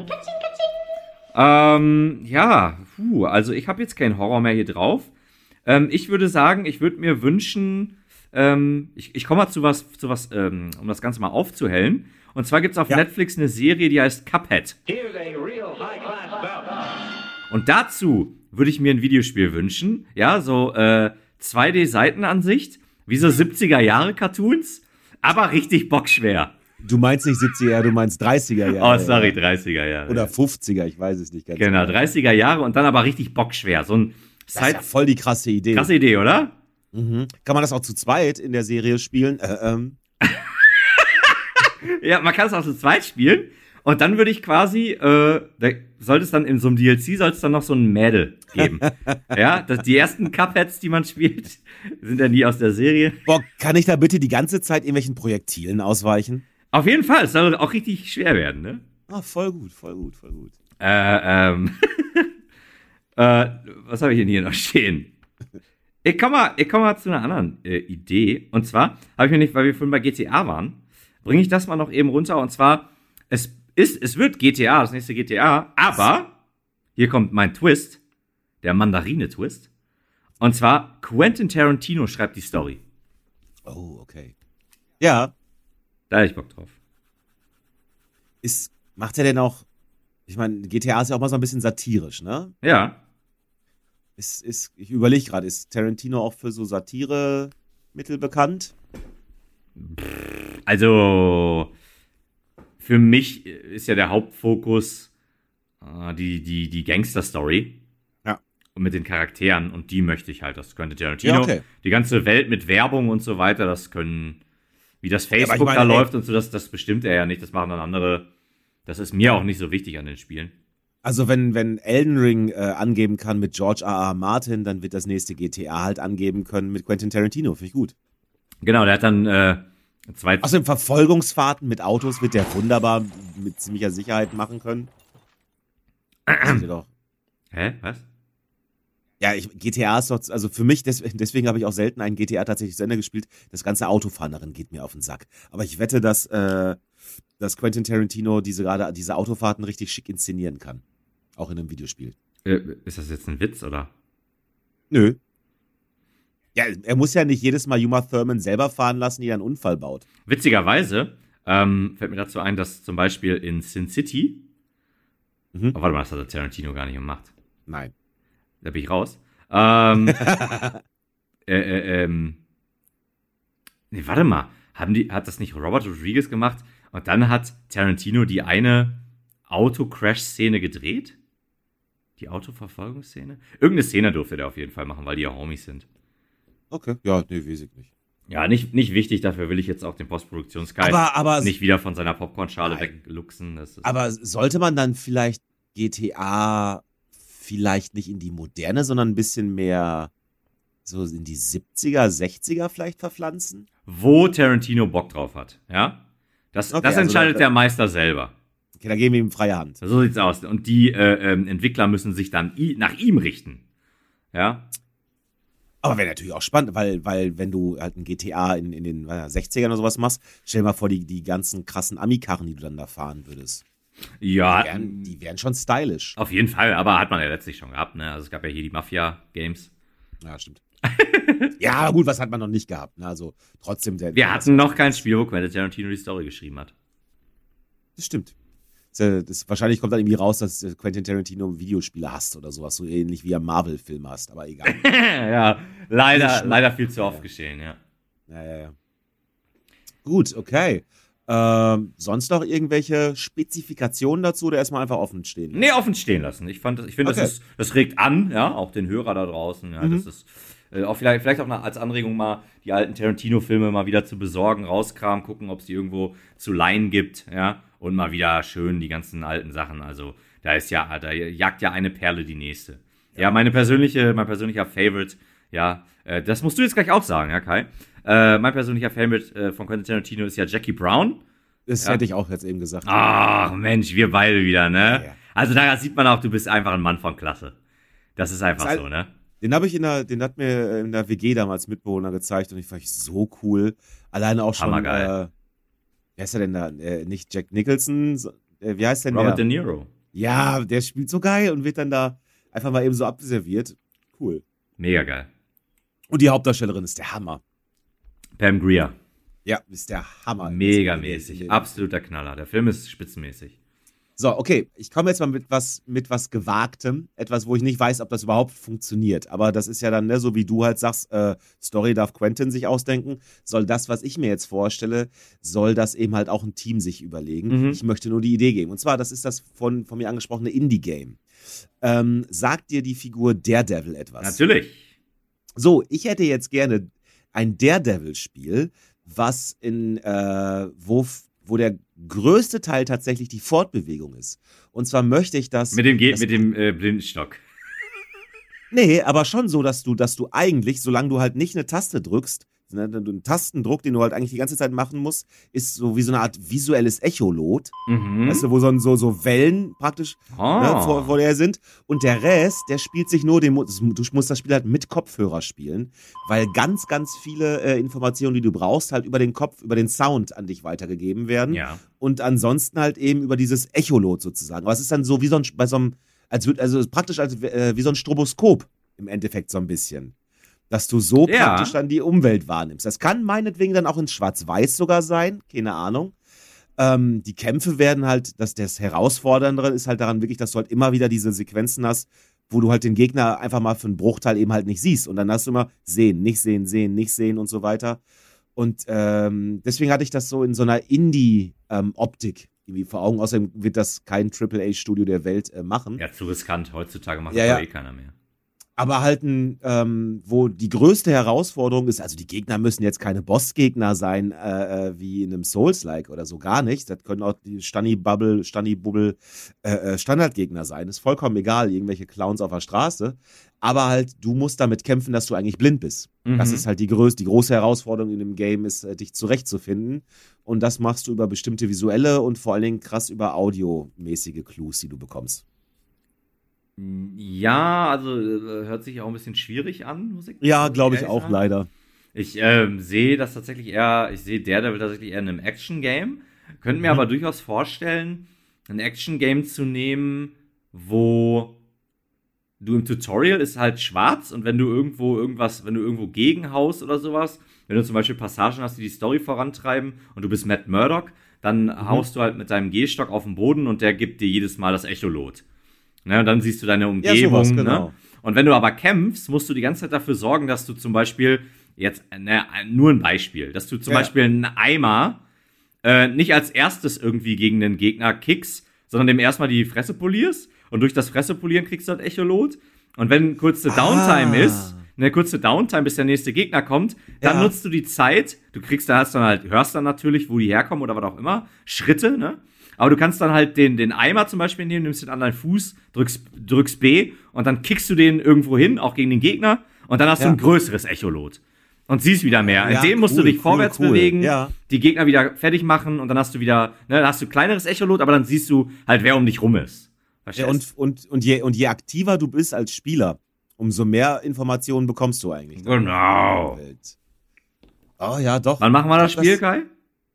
Ähm, ja, puh, also ich habe jetzt keinen Horror mehr hier drauf. Ähm, ich würde sagen, ich würde mir wünschen, ähm, ich, ich komme mal zu was, zu was ähm, um das Ganze mal aufzuhellen. Und zwar gibt es auf Ja. Netflix eine Serie, die heißt Cuphead. Und dazu würde ich mir ein Videospiel wünschen, ja, so äh, zwei D-Seitenansicht, wie so siebziger-Jahre-Cartoons, aber richtig bockschwer. Du meinst nicht siebziger, du meinst dreißiger Oh, Jahre. sorry, dreißiger Jahre. Oder fünfziger, ich weiß es nicht ganz Genau, dreißiger Jahre und dann aber richtig bockschwer. So ein Das ist ja Side- voll die krasse Idee. krasse Idee, oder? Mhm. Kann man das auch zu zweit in der Serie spielen? Äh, ähm. Ja, man kann es auch zu zweit spielen. Und dann würde ich quasi, äh, da sollte es dann in so einem D L C, soll es dann noch so ein Mädel geben. Ja, das, die ersten Cupheads, die man spielt, sind ja nie aus der Serie. Boah, kann ich da bitte die ganze Zeit irgendwelchen Projektilen ausweichen? Auf jeden Fall, es soll auch richtig schwer werden, ne? Ah, voll gut, voll gut, voll gut. Äh, ähm. äh, was habe ich denn hier noch stehen? Ich komme mal, ich komm mal zu einer anderen äh, Idee. Und zwar habe ich mir nicht, weil wir vorhin bei G T A waren, bringe ich das mal noch eben runter. Und zwar, es ist, es wird G T A, das nächste G T A, aber hier kommt mein Twist, der Mandarine-Twist. Und zwar, Quentin Tarantino schreibt die Story. Oh, okay. Ja, Da hätte ich Bock drauf. ist, macht er denn auch, ich meine, G T A ist ja auch mal so ein bisschen satirisch, ne? Ja. Ist, ist, ich überlege gerade, ist Tarantino auch für so Satire-Mittel bekannt? Also, für mich ist ja der Hauptfokus äh, die, die, die Gangster-Story. Ja. und mit den Charakteren und die möchte ich halt. Das könnte Tarantino. Ja, okay. Die ganze Welt mit Werbung und so weiter, das können, wie das aber ich Facebook meine, da ey- läuft und so, das, das bestimmt er ja nicht. Das machen dann andere. Das ist mir auch nicht so wichtig an den Spielen. Also wenn, wenn Elden Ring äh, angeben kann mit George R. R. Martin, dann wird das nächste G T A halt angeben können mit Quentin Tarantino. Finde ich gut. Genau, der hat dann äh, zwei. Außerdem Verfolgungsfahrten mit Autos wird der wunderbar mit ziemlicher Sicherheit machen können. Das wird doch. Hä? Was? Ja, ich, G T A ist doch, also für mich, des, deswegen habe ich auch selten einen G T A tatsächlich zu Ende gespielt. Das ganze Autofahren darin geht mir auf den Sack. Aber ich wette, dass, äh, dass Quentin Tarantino diese gerade diese Autofahrten richtig schick inszenieren kann. Auch in einem Videospiel. Äh, ist das jetzt ein Witz, oder? Nö. Ja, er muss ja nicht jedes Mal Uma Thurman selber fahren lassen, die einen Unfall baut. Witzigerweise ähm, fällt mir dazu ein, dass zum Beispiel in Sin City. Mhm. Oh, warte mal, das hat der Tarantino gar nicht gemacht. Nein. Da bin ich raus. Ähm, äh, äh, ähm, nee, warte mal. Haben die, hat das nicht Robert Rodriguez gemacht? Und dann hat Tarantino die eine Auto-Crash-Szene gedreht? Die Autoverfolgungsszene? Irgendeine Szene durfte der auf jeden Fall machen, weil die ja Homies sind. Okay, ja, nee, weiß ich nicht. Ja, nicht, nicht wichtig, dafür will ich jetzt auch den Postproduktionsguy Aber, aber, nicht wieder von seiner Popcornschale Nein. wegluchsen. Das ist aber sollte man dann vielleicht G T A vielleicht nicht in die Moderne, sondern ein bisschen mehr so in die siebziger, sechziger vielleicht verpflanzen? wo Tarantino Bock drauf hat, ja? Das, Okay, das also entscheidet da- der Meister selber. Okay, da geben wir ihm freie Hand. So sieht's aus. Und die äh, ähm, Entwickler müssen sich dann i- nach ihm richten. Ja? Aber wäre natürlich auch spannend, weil, weil wenn du halt ein G T A in, in den äh, sechzigern oder sowas machst, stell dir mal vor, die, die ganzen krassen Ami-Karren, die du dann da fahren würdest. Ja, Die wären, die wären schon stylisch. auf jeden Fall, aber hat man ja letztlich schon gehabt, ne? Also es gab ja hier die Mafia-Games. Ja, stimmt. Ja, aber gut, was hat man noch nicht gehabt? Ne? Also trotzdem. Der, Wir hatten noch kein Spiel, wo Quentin Tarantino die Story geschrieben hat. Das stimmt. Das, äh, das, wahrscheinlich kommt dann irgendwie raus, dass äh, Quentin Tarantino Videospiele hasst oder sowas, so ähnlich wie er Marvel-Filme hasst, aber egal. ja, leider, Nicht leider viel zu oft geschehen, ja. Ja, ja, ja. Gut, okay. Ähm, sonst noch irgendwelche Spezifikationen dazu oder erstmal einfach offen stehen? Nee, offen stehen lassen. Ich fand, das- ich finde, Okay. das, ist- das regt an, ja, auch den Hörer da draußen. Ja, Mhm. das ist äh, auch vielleicht, vielleicht auch noch als Anregung mal die alten Tarantino-Filme mal wieder zu besorgen, rauskramen, gucken, ob es die irgendwo zu leihen gibt, ja, und mal wieder schön die ganzen alten Sachen. Also da ist ja, da jagt ja eine Perle die nächste. Ja, meine persönliche, mein persönlicher Favorite, ja, äh, das musst du jetzt gleich auch sagen, ja, Kai. Äh, mein persönlicher Favorite äh, von Quentin Tarantino ist ja Jackie Brown. Das Ja. hätte ich auch jetzt eben gesagt. Ach, Mensch, wir beide wieder, ne? Ja, ja. Also da sieht man auch, du bist einfach ein Mann von Klasse. Das ist einfach Sei- so, ne? Den habe ich in der, den hat mir in der W G damals Mitbewohner gezeigt und ich fand ich so cool. Alleine auch schon. Hammergeil. Äh, wer ist er denn da? Äh, nicht Jack Nicholson, so, äh, wie heißt denn Robert der? De Niro. Ja, der spielt so geil und wird dann da einfach mal eben so abserviert. Cool. Mega geil. Und die Hauptdarstellerin ist der Hammer. Pam Grier. Ja, ist der Hammer. Mega In den- in mäßig. den- Absoluter Knaller. Der Film ist spitzenmäßig. So, okay. Ich komme jetzt mal mit was, mit was Gewagtem. Etwas, wo ich nicht weiß, ob das überhaupt funktioniert. Aber das ist ja dann, ne, so wie du halt sagst, äh, Story darf Quentin sich ausdenken. Soll das, was ich mir jetzt vorstelle, soll das eben halt auch ein Team sich überlegen. Mhm. Ich möchte nur die Idee geben. Und zwar, das ist das von, von mir angesprochene Indie-Game. Ähm, sagt dir die Figur Daredevil etwas? Natürlich. So, ich hätte jetzt gerne ein Daredevil-Spiel, was in, äh, wo, wo der größte Teil tatsächlich die Fortbewegung ist. Und zwar möchte ich das. Mit dem, Ge das, mit dem äh, Blindenstock. Nee, aber schon so, dass du, dass du eigentlich, solange du halt nicht eine Taste drückst, ne, ein Tastendruck, den du halt eigentlich die ganze Zeit machen musst, ist so wie so eine Art visuelles Echolot. Mhm. Weißt du, wo so, ein- so, so Wellen praktisch Ah. ne, vor, vor der sind. Und der Rest, der spielt sich nur, den, Mu- du musst das Spiel halt mit Kopfhörer spielen, weil ganz, ganz viele äh, Informationen, die du brauchst, halt über den Kopf, über den Sound an dich weitergegeben werden. Ja. Und ansonsten halt eben über dieses Echolot sozusagen. Aber es ist dann so wie so ein, bei so einem, als würd, also praktisch als, äh, wie so ein Stroboskop im Endeffekt so ein bisschen. Dass du so Ja. praktisch dann die Umwelt wahrnimmst. Das kann meinetwegen dann auch in Schwarz-Weiß sogar sein, keine Ahnung. Ähm, die Kämpfe werden halt, dass das Herausfordernde ist halt daran wirklich, dass du halt immer wieder diese Sequenzen hast, wo du halt den Gegner einfach mal für einen Bruchteil eben halt nicht siehst. Und dann hast du immer sehen, nicht sehen, sehen, nicht sehen und so weiter. Und ähm, deswegen hatte ich das so in so einer Indie-Optik irgendwie vor Augen. Außerdem wird das kein Triple A Studio der Welt äh, machen. Ja, zu riskant. Heutzutage macht Ja, das ja. doch eh keiner mehr. Aber halt ein, ähm, wo die größte Herausforderung ist, also die Gegner müssen jetzt keine Bossgegner sein, äh, äh, wie in einem Souls-like oder so, gar nicht. Das können auch die Stani-Bubble, Stani-Bubble äh, äh, Standardgegner sein. Ist vollkommen egal, irgendwelche Clowns auf der Straße. Aber halt, du musst damit kämpfen, dass du eigentlich blind bist. Mhm. Das ist halt die, größ die große Herausforderung in dem Game, ist, äh, dich zurechtzufinden. Und das machst du über bestimmte visuelle und vor allen Dingen krass über audiomäßige Clues, die du bekommst. Ja, also äh, hört sich auch ein bisschen schwierig an, muss ich Ja, muss glaube ich ehrlich auch, sagen. leider. Ich ähm, sehe das tatsächlich eher, ich sehe Daredevil tatsächlich eher in einem Action-Game. Könnte mir Mhm. aber durchaus vorstellen, ein Action-Game zu nehmen, wo du im Tutorial ist halt schwarz und wenn du irgendwo irgendwas, wenn du irgendwo gegenhaust oder sowas, wenn du zum Beispiel Passagen hast, die die Story vorantreiben und du bist Matt Murdock, dann Mhm. haust du halt mit deinem Gehstock auf den Boden und der gibt dir jedes Mal das Echolot. Ne, und dann siehst du deine Umgebung. Ja, sowas, Ne? genau. Und wenn du aber kämpfst, musst du die ganze Zeit dafür sorgen, dass du zum Beispiel, jetzt ne, nur ein Beispiel, dass du zum Ja. Beispiel einen Eimer äh, nicht als erstes irgendwie gegen den Gegner kickst, sondern dem erstmal die Fresse polierst und durch das Fresse polieren kriegst du halt Echolot. Und wenn kurze Downtime Ah. ist, eine kurze Downtime, bis der nächste Gegner kommt, dann Ja. nutzt du die Zeit, du kriegst da hast dann halt, hörst dann natürlich, wo die herkommen oder was auch immer, Schritte, ne? Aber du kannst dann halt den, den Eimer zum Beispiel nehmen, nimmst den an deinen Fuß, drückst, drückst B und dann kickst du den irgendwo hin, auch gegen den Gegner, und dann hast Ja. du ein größeres Echolot. Und siehst wieder mehr. Ja, In dem musst cool, du dich cool, vorwärts cool. bewegen, Ja. die Gegner wieder fertig machen und dann hast du wieder, ne, dann hast du kleineres Echolot, aber dann siehst du halt, wer um dich rum ist. Ja, und, und, und, je, und je aktiver du bist als Spieler, umso mehr Informationen bekommst du eigentlich. Genau. Oh ja, doch. Wann machen wir das Ich glaub, Spiel, Kai?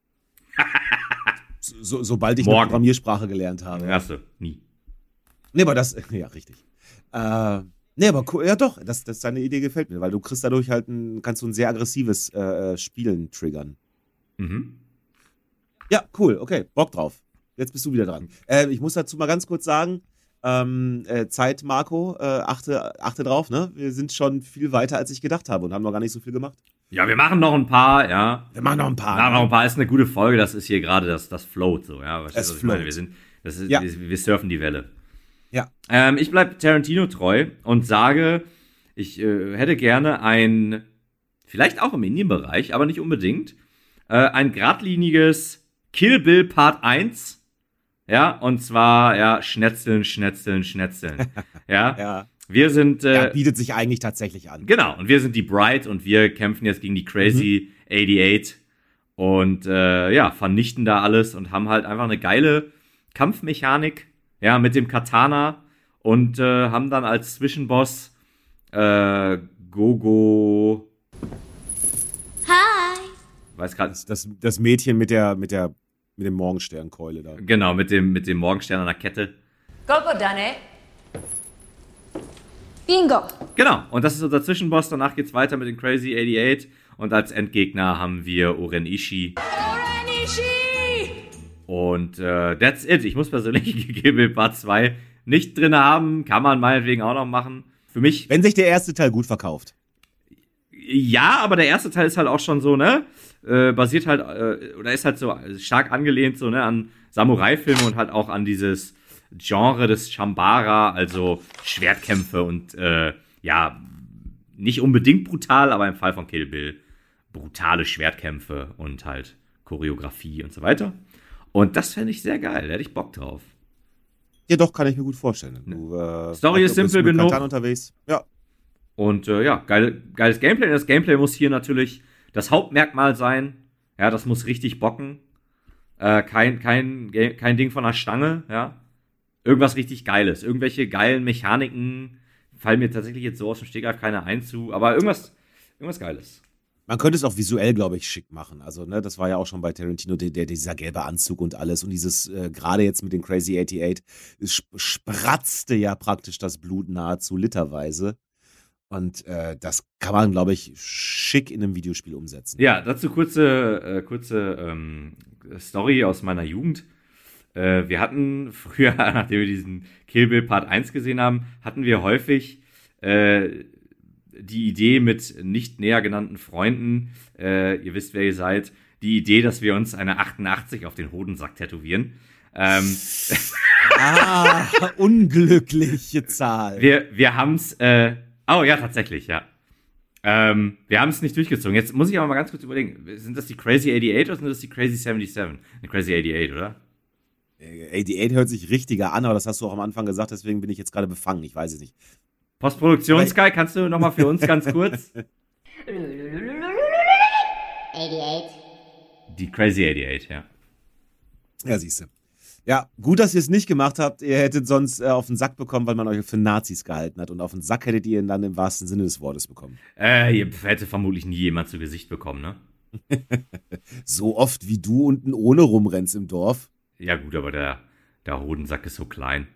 So, sobald ich Morgen. eine Programmiersprache gelernt habe. Hast du, nie. Nee, aber das, ja, richtig. Äh, nee, aber cool, ja doch, das, das deine Idee gefällt mir, weil du kriegst dadurch halt ein, kannst du ein sehr aggressives äh, Spielen triggern. Mhm. Ja, cool, okay, Bock drauf. Jetzt bist du wieder dran. Äh, ich muss dazu mal ganz kurz sagen, ähm, äh, Zeit, Marco, äh, achte, achte drauf, ne? Wir sind schon viel weiter, als ich gedacht habe und haben noch gar nicht so viel gemacht. Ja, wir machen noch ein paar, ja. Wir machen noch ein paar. Wir machen noch ein paar, ist eine gute Folge, das ist hier gerade das, das Float, so, ja. Verstehst Es du, was ich meine? float. Wir sind, das ist, Ja. wir, wir surfen die Welle. Ja. Ähm, ich bleib Tarantino treu und sage, ich äh, hätte gerne ein, vielleicht auch im Indien-Bereich, aber nicht unbedingt, äh, ein geradliniges Kill Bill Part eins. Ja, und zwar, ja, Schnetzeln, Schnetzeln, Schnetzeln. ja. Ja. Wir sind, äh, Ja, bietet sich eigentlich tatsächlich an. genau, und wir sind die Bright und wir kämpfen jetzt gegen die Crazy achtundachtzig und äh, ja, vernichten da alles und haben halt einfach eine geile Kampfmechanik, ja, mit dem Katana und äh, haben dann als Zwischenboss äh, Gogo. Hi. Weiß gerade, Das, das, das Mädchen mit der, mit der, mit dem Morgensternkeule da. genau, mit dem, mit dem Morgenstern an der Kette. Gogo done it. Bingo. Genau, und das ist unser Zwischenboss. Danach geht's weiter mit den Crazy achtundachtzig. Und als Endgegner haben wir Oren Ishii. Und äh, that's it. Ich muss persönlich Kill Bill Part zwei nicht drin haben. Kann man meinetwegen auch noch machen. Für mich, Wenn sich der erste Teil gut verkauft. ja, aber der erste Teil ist halt auch schon so, ne? Äh, basiert halt, äh, oder ist halt so stark angelehnt so, ne, an Samurai-Filme und halt auch an dieses Genre des Shambara, also Schwertkämpfe und äh, ja, nicht unbedingt brutal, aber im Fall von Kill Bill brutale Schwertkämpfe und halt Choreografie und so weiter. Und das fände ich sehr geil, da hätte ich Bock drauf. Ja, doch, kann ich mir gut vorstellen. Du, äh, Story ist du bist simpel mit genug. Katan unterwegs. Ja. Und äh, ja, geil, geiles Gameplay. Das Gameplay muss hier natürlich das Hauptmerkmal sein. Ja, das muss richtig bocken. Äh, kein, kein, Ga- kein Ding von der Stange, ja. Irgendwas richtig Geiles. Irgendwelche geilen Mechaniken fallen mir tatsächlich jetzt so aus dem Stegreif keine ein zu, aber irgendwas, irgendwas Geiles. Man könnte es auch visuell, glaube ich, schick machen. Also, ne, das war ja auch schon bei Tarantino, der, der, dieser gelbe Anzug und alles. Und dieses, äh, gerade jetzt mit den Crazy achtundachtzig, es sp- spratzte ja praktisch das Blut nahezu literweise. Und äh, das kann man, glaube ich, schick in einem Videospiel umsetzen. Ja, dazu kurze, äh, kurze ähm, Story aus meiner Jugend. Äh, wir hatten früher, nachdem wir diesen Kill Bill Part eins gesehen haben, hatten wir häufig äh, die Idee mit nicht näher genannten Freunden, äh, ihr wisst, wer ihr seid, die Idee, dass wir uns eine achtundachtzig auf den Hodensack tätowieren. Ähm, Ah, unglückliche Zahl. wir wir haben es äh, Oh ja, tatsächlich, ja. Ähm, wir haben es nicht durchgezogen. Jetzt muss ich aber mal ganz kurz überlegen. Sind das die Crazy achtundachtzig oder sind das die Crazy siebenundsiebzig? Die Crazy achtundachtzig, oder? achtundachtzig hört sich richtiger an, aber das hast du auch am Anfang gesagt, deswegen bin ich jetzt gerade befangen. Ich weiß es nicht. Postproduktion, Sky, kannst du nochmal für uns ganz kurz? achtundachtzig. Die Crazy achtundachtzig, ja. Ja, siehst du. Ja, gut, dass ihr es nicht gemacht habt. Ihr hättet sonst äh, auf den Sack bekommen, weil man euch für Nazis gehalten hat. Und auf den Sack hättet ihr ihn dann im wahrsten Sinne des Wortes bekommen. Äh, ihr hätte vermutlich nie jemand zu Gesicht bekommen, ne? So oft wie du unten ohne rumrennst im Dorf. Ja gut, aber der, der Hodensack ist so klein.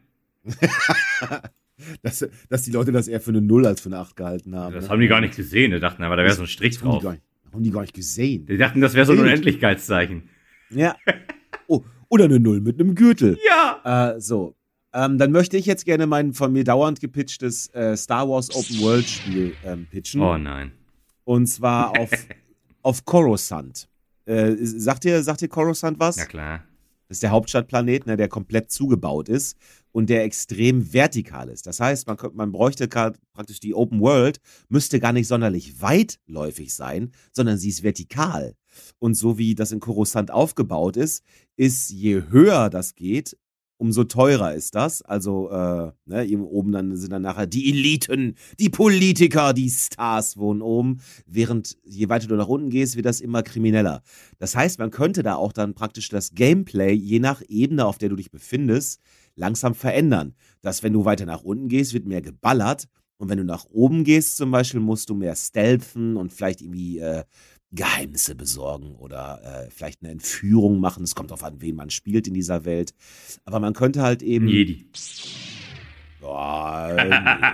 dass, dass die Leute das eher für eine Null als für eine acht gehalten haben. Das ne? haben die gar nicht gesehen. Die dachten aber, da wäre so ein Strich Das haben die drauf. gar nicht, haben die gar nicht gesehen. Die dachten, das wäre so ein Wild. Unendlichkeitszeichen. Ja. Oh, oder eine Null mit einem Gürtel. Ja! Äh, so. Ähm, dann möchte ich jetzt gerne mein von mir dauernd gepitchtes äh, Star Wars Open World Spiel ähm, pitchen. Oh nein. Und zwar auf, auf Coruscant. Äh, sagt ihr, sagt ihr Coruscant was? Ja klar. Das ist der Hauptstadtplanet, ne, der komplett zugebaut ist und der extrem vertikal ist. Das heißt, man, könnt- man bräuchte grad praktisch die Open World, müsste gar nicht sonderlich weitläufig sein, sondern sie ist vertikal. Und so wie das in Coruscant aufgebaut ist, ist je höher das geht, umso teurer ist das. Also, äh, ne, eben oben dann sind dann nachher die Eliten, die Politiker, die Stars wohnen oben. Während je weiter du nach unten gehst, wird das immer krimineller. Das heißt, man könnte da auch dann praktisch das Gameplay, je nach Ebene, auf der du dich befindest, langsam verändern. Dass, wenn du weiter nach unten gehst, wird mehr geballert. Und wenn du nach oben gehst zum Beispiel, musst du mehr stealthen und vielleicht irgendwie äh, Geheimnisse besorgen oder äh, vielleicht eine Entführung machen. Es kommt darauf an, wen man spielt in dieser Welt. Aber man könnte halt eben... Jedi. Boah,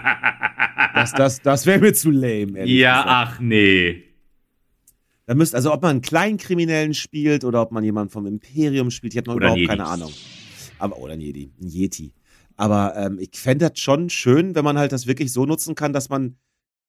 nee. Das, das, das wäre mir zu lame, ehrlich Ja, gesagt. ach nee. Da müsst, also ob man einen kleinen Kriminellen spielt oder ob man jemanden vom Imperium spielt, ich habe noch Oder überhaupt ein keine Jedi. Ahnung. Aber, oder ein Jedi, ein Yeti. Aber ähm, ich fände das schon schön, wenn man halt das wirklich so nutzen kann, dass man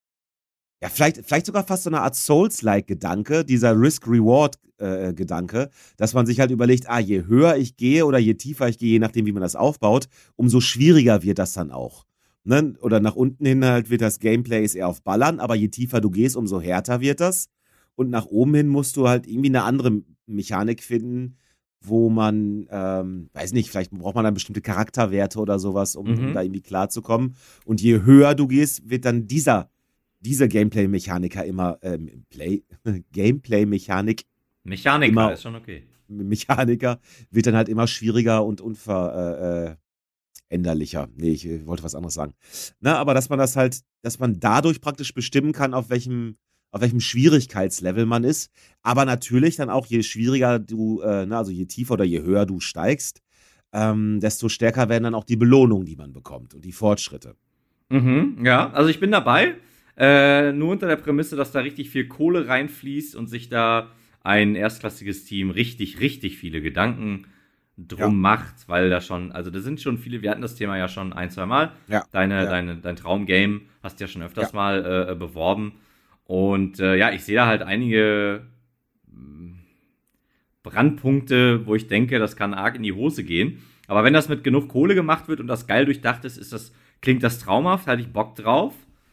ja, vielleicht, vielleicht sogar fast so eine Art Souls-like-Gedanke, dieser Risk-Reward-Gedanke, dass man sich halt überlegt, ah, je höher ich gehe oder je tiefer ich gehe, je nachdem, wie man das aufbaut, umso schwieriger wird das dann auch. Ne? Oder nach unten hin halt wird das Gameplay ist eher auf Ballern, aber je tiefer du gehst, umso härter wird das. Und nach oben hin musst du halt irgendwie eine andere Mechanik finden, wo man, ähm, weiß nicht, vielleicht braucht man dann bestimmte Charakterwerte oder sowas, um, Mhm. um da irgendwie klarzukommen. Und je höher du gehst, wird dann dieser diese Gameplay-Mechaniker immer, ähm, Play, Gameplay-Mechanik, Mechaniker Immer- ist schon okay. Mechaniker wird dann halt immer schwieriger und unveränderlicher. Nee, ich äh, wollte was anderes sagen. Na, aber dass man das halt, dass man dadurch praktisch bestimmen kann, auf welchem, auf welchem Schwierigkeitslevel man ist. Aber natürlich dann auch, je schwieriger du, äh, na, also je tiefer oder je höher du steigst, ähm, desto stärker werden dann auch die Belohnungen, die man bekommt und die Fortschritte. Mhm, ja, also ich bin dabei. Äh, nur unter der Prämisse, dass da richtig viel Kohle reinfließt und sich da ein erstklassiges Team richtig, richtig viele Gedanken drum Ja. macht, weil da schon, also da sind schon viele, wir hatten das Thema ja schon ein, zwei Mal. Ja. Deine, Ja. deine, dein Traumgame hast du ja schon öfters Ja. mal äh, beworben. Und äh, ja, ich sehe da halt einige mh, Brandpunkte, wo ich denke, das kann arg in die Hose gehen. Aber wenn das mit genug Kohle gemacht wird und das geil durchdacht ist, ist das, klingt das traumhaft, hatte ich Bock drauf.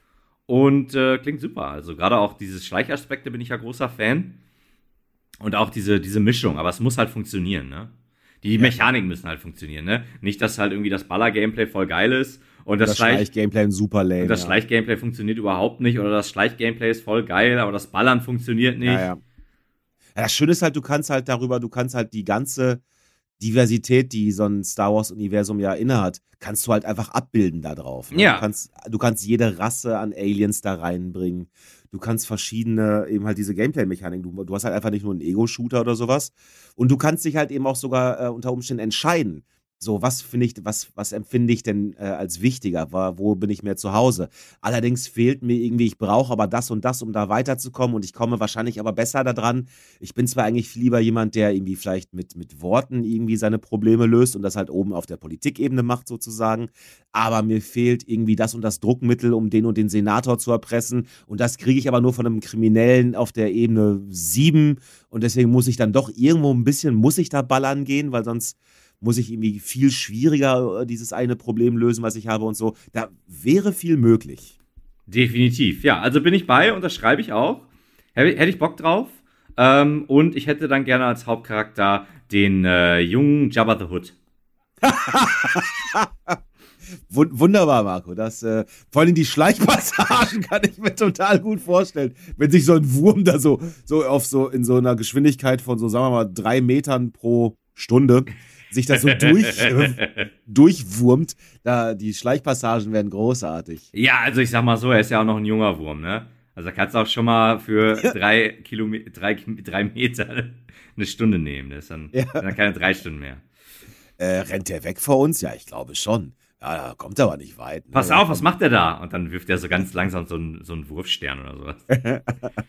Und äh, klingt super. Also gerade auch diese Schleichaspekte bin ich ja großer Fan. Und auch diese, diese Mischung. Aber es muss halt funktionieren, ne? Die Mechaniken müssen halt funktionieren, ne? Nicht, dass halt irgendwie das Baller-Gameplay voll geil ist und das, Das Schleich Schleich-Gameplay super lame. und das ja. Schleich-Gameplay funktioniert überhaupt nicht oder das Schleich-Gameplay ist voll geil, aber das Ballern funktioniert nicht. Ja, ja. Ja, das Schöne ist halt, du kannst halt darüber, du kannst halt die ganze Diversität, die so ein Star Wars-Universum ja innehat, kannst du halt einfach abbilden da drauf. Ne? Ja. Du kannst, du kannst jede Rasse an Aliens da reinbringen. Du kannst verschiedene, eben halt diese Gameplay-Mechaniken. Du, du hast halt einfach nicht nur einen Ego-Shooter oder sowas. Und du kannst dich halt eben auch sogar äh, unter Umständen entscheiden. So, was finde ich, was, was empfinde ich denn äh, als wichtiger? Wo, wo bin ich mehr zu Hause? Allerdings fehlt mir irgendwie, ich brauche aber das und das, um da weiterzukommen und ich komme wahrscheinlich aber besser da dran. Ich bin zwar eigentlich lieber jemand, der irgendwie vielleicht mit, mit Worten irgendwie seine Probleme löst und das halt oben auf der Politikebene macht sozusagen, aber mir fehlt irgendwie das und das Druckmittel, um den und den Senator zu erpressen und das kriege ich aber nur von einem Kriminellen auf der Ebene sieben und deswegen muss ich dann doch irgendwo ein bisschen, muss ich da ballern gehen, weil sonst muss ich irgendwie viel schwieriger äh, dieses eine Problem lösen, was ich habe und so. Da wäre viel möglich. Definitiv, ja. Also bin ich bei, unterschreibe ich auch. Hätte ich Bock drauf. Ähm, und ich hätte dann gerne als Hauptcharakter den äh, jungen Jabba the Hutt. Wunderbar, Marco. Das, äh, vor allem die Schleichpassagen kann ich mir total gut vorstellen. Wenn sich so ein Wurm da so, so auf so in so einer Geschwindigkeit von so, sagen wir mal, drei Metern pro Stunde sich das so durch, äh, durchwurmt, da die Schleichpassagen werden großartig. Ja, also ich sag mal so, er ist ja auch noch ein junger Wurm, ne? Also kannst du auch schon mal für drei Kilometer, drei, drei Meter eine Stunde nehmen. Das ist dann, Ja. dann keine drei Stunden mehr. Äh, rennt der weg vor uns? Ja, ich glaube schon. Ja, da kommt aber nicht weit. Ne? Pass auf, was macht der da? Und dann wirft er so ganz langsam so einen, so einen Wurfstern oder sowas.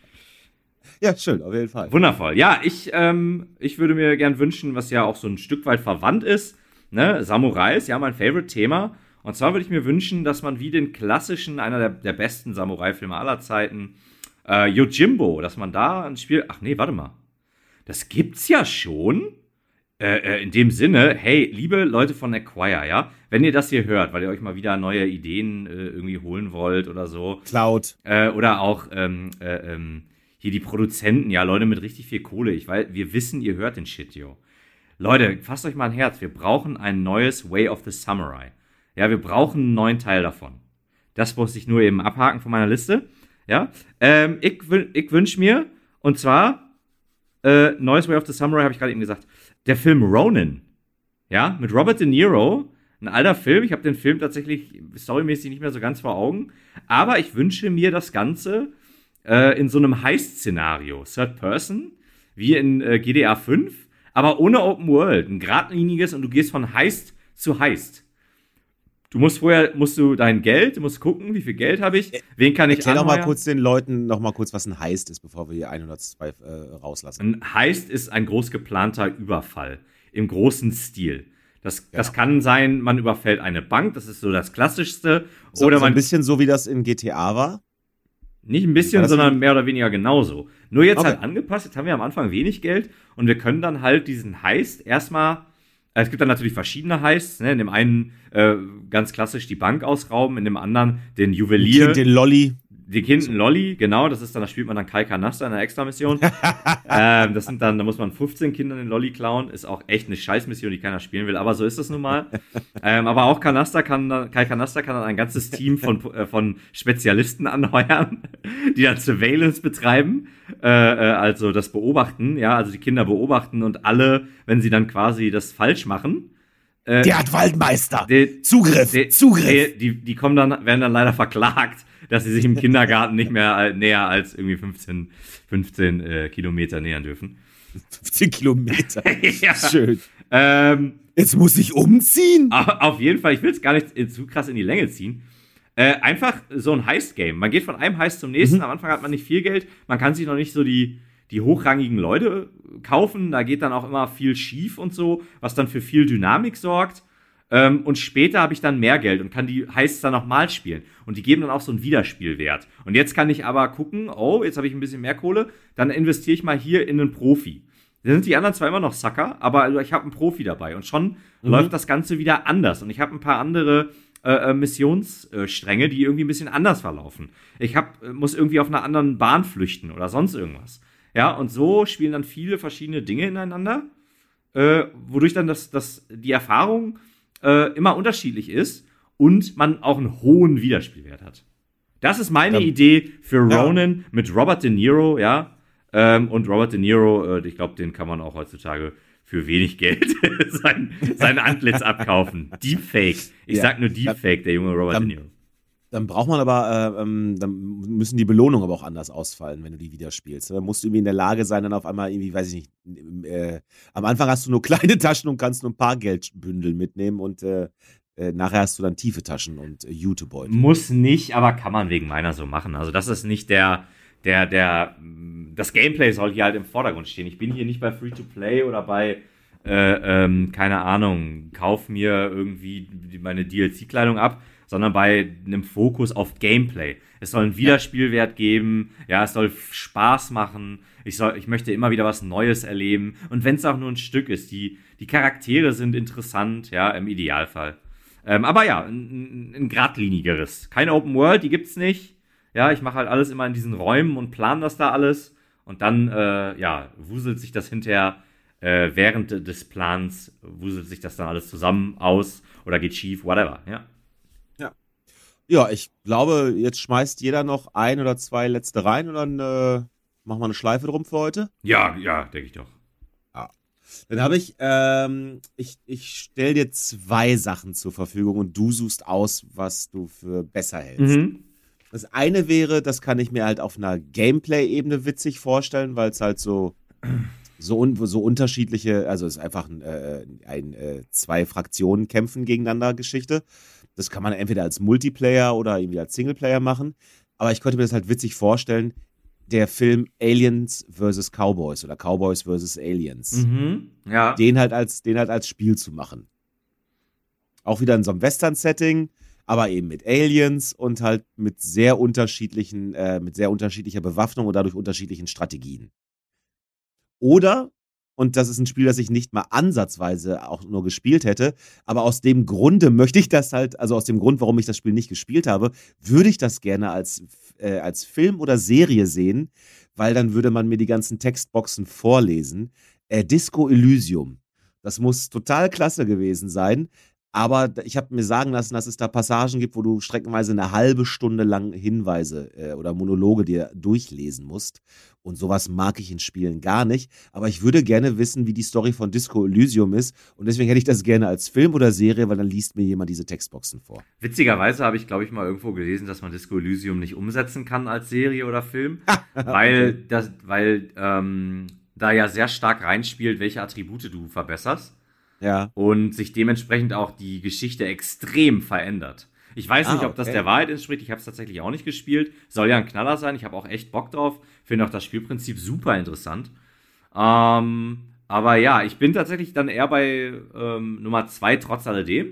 Ja, schön, auf jeden Fall. Wundervoll. Ja, ich, ähm, ich würde mir gern wünschen, was ja auch so ein Stück weit verwandt ist, ne? Samurais, ja, mein Favorite-Thema. Und zwar würde ich mir wünschen, dass man wie den klassischen, einer der, der besten Samurai-Filme aller Zeiten, äh, Yojimbo, dass man da ein Spiel, ach nee, warte mal. Das gibt's ja schon. Äh, äh, in dem Sinne, hey, liebe Leute von Acquire, ja, wenn ihr das hier hört, weil ihr euch mal wieder neue Ideen äh, irgendwie holen wollt oder so. Cloud. Äh, oder auch ähm, äh, ähm, hier die Produzenten, ja, Leute mit richtig viel Kohle. Ich weiß, wir wissen, ihr hört den Shit, yo. Leute, fasst euch mal ein Herz. Wir brauchen ein neues Way of the Samurai. Ja, wir brauchen einen neuen Teil davon. Das muss ich nur eben abhaken von meiner Liste. Ja, ähm, ich, ich wünsche mir, und zwar, äh, neues Way of the Samurai, habe ich gerade eben gesagt, der Film Ronin. Ja, mit Robert De Niro. Ein alter Film. Ich habe den Film tatsächlich storymäßig nicht mehr so ganz vor Augen. Aber ich wünsche mir das Ganze äh, in so einem Heist-Szenario. Third Person, wie in äh, G D A fünf, aber ohne Open World. Ein geradliniges und du gehst von Heist zu Heist. Du musst vorher, musst du dein Geld, du musst gucken, wie viel Geld habe ich, wen kann ich Erklär doch anheuern. mal kurz den Leuten noch mal kurz, was ein Heist ist, bevor wir hier hundertzwei äh, rauslassen. Ein Heist ist ein groß geplanter Überfall im großen Stil. Das, das Ja. kann sein, man überfällt eine Bank, das ist so das Klassischste. So, Oder so man ein bisschen so, wie das in G T A war. Nicht ein bisschen, War das sondern ein- mehr oder weniger genauso. Nur jetzt Okay. halt angepasst. Jetzt haben wir am Anfang wenig Geld und wir können dann halt diesen Heist erstmal. äh, Es gibt dann natürlich verschiedene Heists. Ne? In dem einen äh, ganz klassisch die Bank ausrauben, in dem anderen den Juwelier. Kind, den Lolli. Die Kind, ein Lolli, genau, das ist dann, da spielt man dann Kai Kanasta in einer Extra-Mission. ähm, das sind dann, da muss man fünfzehn Kindern den Lolli klauen, ist auch echt eine Scheißmission, die keiner spielen will, aber so ist das nun mal. ähm, aber auch Kanasta kann dann, Kai Kanasta kann dann ein ganzes Team von, äh, von Spezialisten anheuern, die dann Surveillance betreiben, äh, äh, also das beobachten, ja, also die Kinder beobachten und alle, wenn sie dann quasi das falsch machen, äh, Der hat Waldmeister. die- Zugriff. die- Zugriff. Die, die kommen dann, werden dann leider verklagt, dass sie sich im Kindergarten nicht mehr äh, näher als irgendwie fünfzehn, fünfzehn äh, Kilometer nähern dürfen. fünfzehn Kilometer. Ja. Schön. Ähm, Jetzt muss ich umziehen. au- auf jeden Fall, ich will es gar nicht äh, zu krass in die Länge ziehen. Äh, einfach so ein Heist-Game. Man geht von einem Heist zum nächsten. Mhm. Am Anfang hat man nicht viel Geld. Man kann sich noch nicht so die, die hochrangigen Leute kaufen. Da geht dann auch immer viel schief und so, was dann für viel Dynamik sorgt. Ähm, und später habe ich dann mehr Geld und kann die Heists dann nochmal spielen. Und die geben dann auch so einen Wiederspielwert. Und jetzt kann ich aber gucken, oh, jetzt habe ich ein bisschen mehr Kohle, dann investiere ich mal hier in einen Profi. Da sind die anderen zwar immer noch Sucker, aber also ich habe einen Profi dabei. Und schon Mhm. läuft das Ganze wieder anders. Und ich habe ein paar andere äh, Missionsstränge, die irgendwie ein bisschen anders verlaufen. Ich hab, äh, muss irgendwie auf einer anderen Bahn flüchten oder sonst irgendwas. Ja, und so spielen dann viele verschiedene Dinge ineinander, äh, wodurch dann das, das, die Erfahrung äh, immer unterschiedlich ist und man auch einen hohen Wiederspielwert hat. Das ist meine Ja. Idee für Ja. Ronin mit Robert De Niro, ja. Ähm, und Robert De Niro, äh, ich glaube, den kann man auch heutzutage für wenig Geld sein, sein Antlitz abkaufen. Deepfake. Ich Ja. sag nur Deepfake, der junge Robert Dann- De Niro. Dann braucht man aber, äh, ähm, dann müssen die Belohnungen aber auch anders ausfallen, wenn du die wieder spielst. Dann musst du irgendwie in der Lage sein, dann auf einmal irgendwie, weiß ich nicht, äh, am Anfang hast du nur kleine Taschen und kannst nur ein paar Geldbündel mitnehmen und äh, äh, nachher hast du dann tiefe Taschen und äh, Jutebeutel. Muss nicht, aber kann man wegen meiner so machen. Also das ist nicht der, der, der, das Gameplay soll hier halt im Vordergrund stehen. Ich bin hier nicht bei Free-to-Play oder bei, äh, ähm, keine Ahnung, kauf mir irgendwie die- meine D L C-Kleidung ab, sondern bei einem Fokus auf Gameplay. Es soll einen Wiederspielwert geben, ja, es soll Spaß machen, ich, soll, ich möchte immer wieder was Neues erleben und wenn es auch nur ein Stück ist, die, die Charaktere sind interessant, ja, im Idealfall. Ähm, aber ja, ein, ein, ein geradlinigeres. Keine Open World, die gibt's nicht. Ja, ich mache halt alles immer in diesen Räumen und plan das da alles. Und dann, äh, ja, wuselt sich das hinterher äh, während des Plans, wuselt sich das dann alles zusammen aus oder geht schief, whatever, ja. Ja, ich glaube, jetzt schmeißt jeder noch ein oder zwei letzte rein und dann äh, machen wir eine Schleife drum für heute. Ja, ja, denke ich doch. Dann habe ich, ähm, ich, ich stelle dir zwei Sachen zur Verfügung und du suchst aus, was du für besser hältst. Mhm. Das eine wäre, das kann ich mir halt auf einer Gameplay-Ebene witzig vorstellen, weil es halt so, so, un, so unterschiedliche, also es ist einfach ein, äh, ein äh, zwei Fraktionen kämpfen gegeneinander Geschichte. Das kann man entweder als Multiplayer oder irgendwie als Singleplayer machen. Aber ich könnte mir das halt witzig vorstellen, der Film Aliens versus. Cowboys oder Cowboys versus. Aliens. Mhm. Ja. Den halt als, den halt als Spiel zu machen. Auch wieder in so einem Western-Setting, aber eben mit Aliens und halt mit sehr unterschiedlichen, äh, mit sehr unterschiedlicher Bewaffnung und dadurch unterschiedlichen Strategien. Oder, und das ist ein Spiel, das ich nicht mal ansatzweise auch nur gespielt hätte, aber aus dem Grunde möchte ich das halt, also aus dem Grund, warum ich das Spiel nicht gespielt habe, würde ich das gerne als, äh, als Film oder Serie sehen, weil dann würde man mir die ganzen Textboxen vorlesen. Äh, Disco Elysium. Das muss total klasse gewesen sein. Aber ich habe mir sagen lassen, dass es da Passagen gibt, wo du streckenweise eine halbe Stunde lang Hinweise äh, oder Monologe dir durchlesen musst. Und sowas mag ich in Spielen gar nicht. Aber ich würde gerne wissen, wie die Story von Disco Elysium ist. Und deswegen hätte ich das gerne als Film oder Serie, weil dann liest mir jemand diese Textboxen vor. Witzigerweise habe ich, glaube ich, mal irgendwo gelesen, dass man Disco Elysium nicht umsetzen kann als Serie oder Film. weil Okay. das, weil ähm, da ja sehr stark reinspielt, welche Attribute du verbesserst. Ja. Und sich dementsprechend auch die Geschichte extrem verändert. Ich weiß Ah, nicht, ob das okay. der Wahrheit entspricht. Ich habe es tatsächlich auch nicht gespielt. Soll ja ein Knaller sein. Ich habe auch echt Bock drauf. Finde auch das Spielprinzip super interessant. Ähm, aber ja, ich bin tatsächlich dann eher bei ähm, Nummer zwei trotz alledem.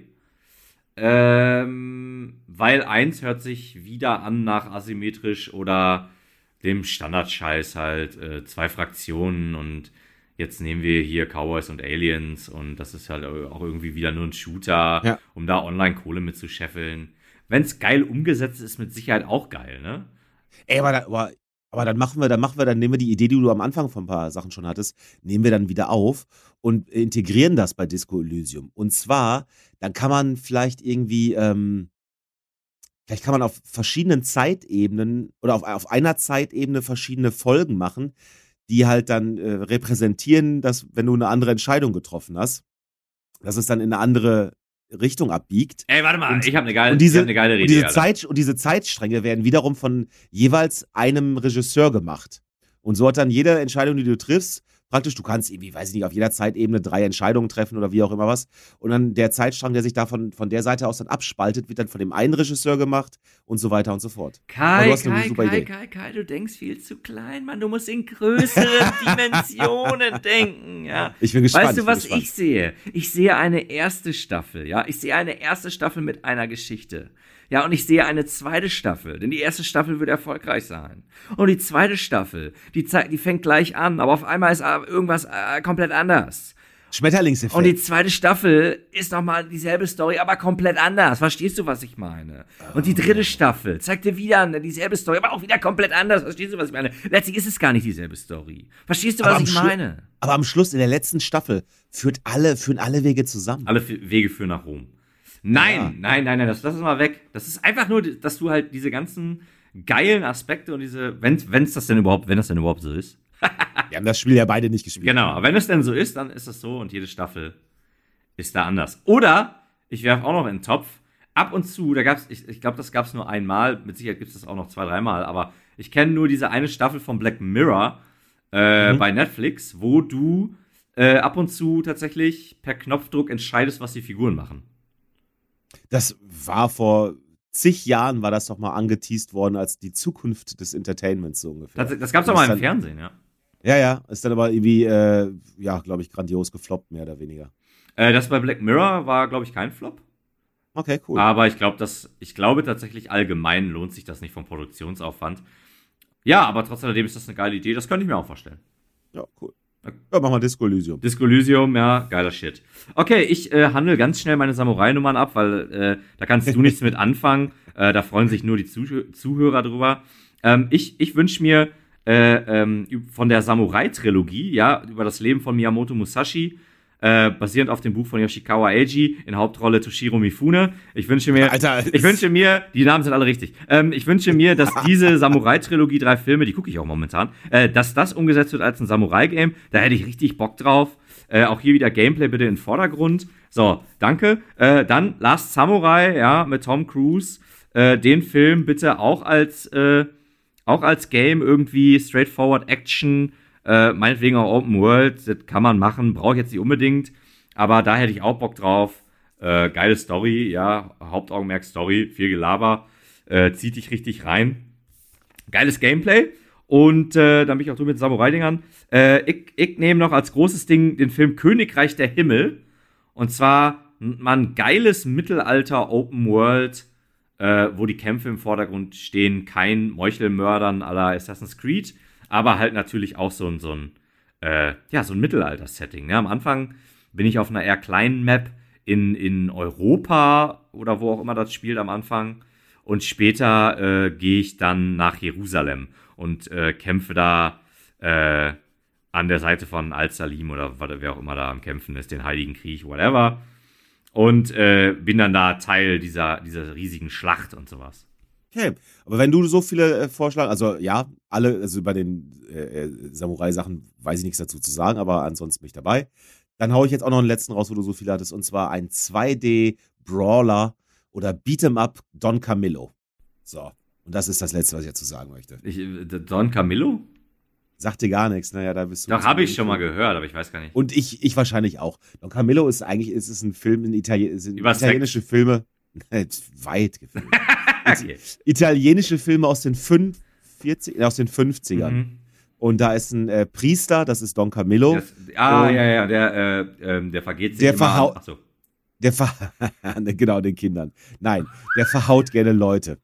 Ähm, weil eins hört sich wieder an nach asymmetrisch oder dem Standardscheiß halt. Äh, zwei Fraktionen und jetzt nehmen wir hier Cowboys und Aliens und das ist halt auch irgendwie wieder nur ein Shooter, Ja. um da online Kohle mitzuscheffeln. Wenn es geil umgesetzt ist, mit Sicherheit auch geil, ne? Ey, aber, da, aber, aber dann machen wir, dann machen wir, dann nehmen wir die Idee, die du am Anfang von ein paar Sachen schon hattest, nehmen wir dann wieder auf und integrieren das bei Disco Elysium. Und zwar, dann kann man vielleicht irgendwie, ähm, vielleicht kann man auf verschiedenen Zeitebenen oder auf, auf einer Zeitebene verschiedene Folgen machen, die halt dann äh, repräsentieren, dass, wenn du eine andere Entscheidung getroffen hast, dass es dann in eine andere Richtung abbiegt. Ey, warte mal, Und- ich habe eine geile, Und diese, ich hab eine geile und, Idee. diese Alter. Zeit, und diese Zeitstränge werden wiederum von jeweils einem Regisseur gemacht. Und so hat dann jede Entscheidung, die du triffst, praktisch, du kannst irgendwie, weiß ich nicht, auf jeder Zeitebene drei Entscheidungen treffen oder wie auch immer was. Und dann der Zeitstrang, der sich davon von der Seite aus dann abspaltet, wird dann von dem einen Regisseur gemacht und so weiter und so fort. Aber Kai, du hast eine Kai, super Kai, Idee. Kai, Kai, du denkst viel zu klein, Mann. Du musst in größere Dimensionen denken, ja. Ich bin gespannt. Weißt du, ich bin was gespannt. ich sehe? Ich sehe eine erste Staffel, ja. Ich sehe eine erste Staffel mit einer Geschichte. Ja, und ich sehe eine zweite Staffel, denn die erste Staffel wird erfolgreich sein. Und die zweite Staffel, die, zei- die fängt gleich an, aber auf einmal ist äh, irgendwas äh, komplett anders. Schmetterlingseffekt. Und die zweite Staffel ist nochmal dieselbe Story, aber komplett anders. Verstehst du, was ich meine? Und die dritte Staffel zeigt dir wieder eine- dieselbe Story, aber auch wieder komplett anders. Verstehst du, was ich meine? Letztlich ist es gar nicht dieselbe Story. Verstehst du, Aber was am ich Schlu- meine? Aber am Schluss, in der letzten Staffel, führt alle, führen alle Wege zusammen. Alle F- Wege führen nach Rom. Nein, Ja. nein, nein, nein, das lass es mal weg. Das ist einfach nur, dass du halt diese ganzen geilen Aspekte und diese, wenn es das denn überhaupt, wenn das denn überhaupt so ist. Wir haben das Spiel ja beide nicht gespielt. Genau, aber wenn es denn so ist, dann ist das so und jede Staffel ist da anders. Oder, ich werfe auch noch in den Topf, ab und zu, da gab's, ich, ich glaube, das gab es nur einmal, mit Sicherheit gibt es das auch noch zwei, dreimal, aber ich kenne nur diese eine Staffel von Black Mirror äh, Mhm. bei Netflix, wo du äh, ab und zu tatsächlich per Knopfdruck entscheidest, was die Figuren machen. Das war vor zig Jahren, war das doch mal angeteased worden als die Zukunft des Entertainments so ungefähr. Das, das gab es auch Das mal ist im dann- Fernsehen, ja. Ja, ja, ist dann aber irgendwie, äh, ja, glaube ich, grandios gefloppt, mehr oder weniger. Äh, das bei Black Mirror war, glaube ich, kein Flop. Okay, cool. Aber ich glaube, dass ich glaube tatsächlich allgemein lohnt sich das nicht vom Produktionsaufwand. Ja, aber trotz alledem ist das eine geile Idee. Das könnte ich mir auch vorstellen. Ja, cool. Ja, mach mal Disco Elysium. Disco Elysium, ja, geiler Shit. Okay, ich äh, handle ganz schnell meine Samurai-Nummern ab, weil äh, da kannst du nichts mit anfangen. Äh, da freuen sich nur die Zuh- Zuhörer drüber. Ähm, ich ich wünsche mir äh, ähm, von der Samurai-Trilogie, ja, über das Leben von Miyamoto Musashi, äh, basierend auf dem Buch von Yoshikawa Eiji, in Hauptrolle Toshiro Mifune. Ich wünsche mir, Alter, ich wünsche mir, die Namen sind alle richtig. Ähm, ich wünsche mir, dass diese Samurai-Trilogie, drei Filme, die gucke ich auch momentan, äh, dass das umgesetzt wird als ein Samurai-Game. Da hätte ich richtig Bock drauf. Äh, auch hier wieder Gameplay bitte in den Vordergrund. So, danke. Äh, dann Last Samurai, ja, mit Tom Cruise. Äh, den Film bitte auch als, äh, auch als Game irgendwie straightforward Action. Äh, meinetwegen auch Open World, das kann man machen, brauche ich jetzt nicht unbedingt, aber da hätte ich auch Bock drauf. Äh, geile Story, ja, Hauptaugenmerk Story, viel Gelaber, äh, zieht dich richtig rein. Geiles Gameplay und äh, dann bin ich auch du mit Samurai-Dingern. Äh, ich ich nehme noch als großes Ding den Film Königreich der Himmel und zwar mal ein geiles Mittelalter Open World, äh, wo die Kämpfe im Vordergrund stehen, kein Meuchelmördern à la Assassin's Creed, aber halt natürlich auch so ein, so ein, äh, ja, so ein Mittelalter-Setting. Ne? Am Anfang bin ich auf einer eher kleinen Map in, in Europa oder wo auch immer das spielt am Anfang. Und später äh, gehe ich dann nach Jerusalem und äh, kämpfe da äh, an der Seite von Al-Salim oder wer auch immer da am Kämpfen ist, den Heiligen Krieg, whatever. Und äh, bin dann da Teil dieser, dieser riesigen Schlacht und sowas. Okay, aber wenn du so viele äh, Vorschläge, also ja, alle, also bei den äh, Samurai-Sachen weiß ich nichts dazu zu sagen, aber ansonsten bin ich dabei. Dann haue ich jetzt auch noch einen letzten raus, wo du so viele hattest, und zwar ein zwei D-Brawler oder Beat'em-up Don Camillo. So, und das ist das Letzte, was ich dazu sagen möchte. Ich, äh, Don Camillo? Sagt dir gar nichts, naja, da bist du. Doch, habe ich schon mal gehört, aber ich weiß gar nicht. Und ich, ich wahrscheinlich auch. Don Camillo ist eigentlich, ist es ein Film, in Italien, sind Über italienische Sex. Filme, weit gefilmt. Okay. Italienische Filme aus den fünfundvierzig, aus den fünfzigern. Mhm. Und da ist ein äh, Priester, das ist Don Camillo. Das, ah, Und ja, ja, der, äh, ähm, der vergeht sich Der immer. verhau- Ach so. Der ver genau, den Kindern. Nein, der verhaut gerne Leute.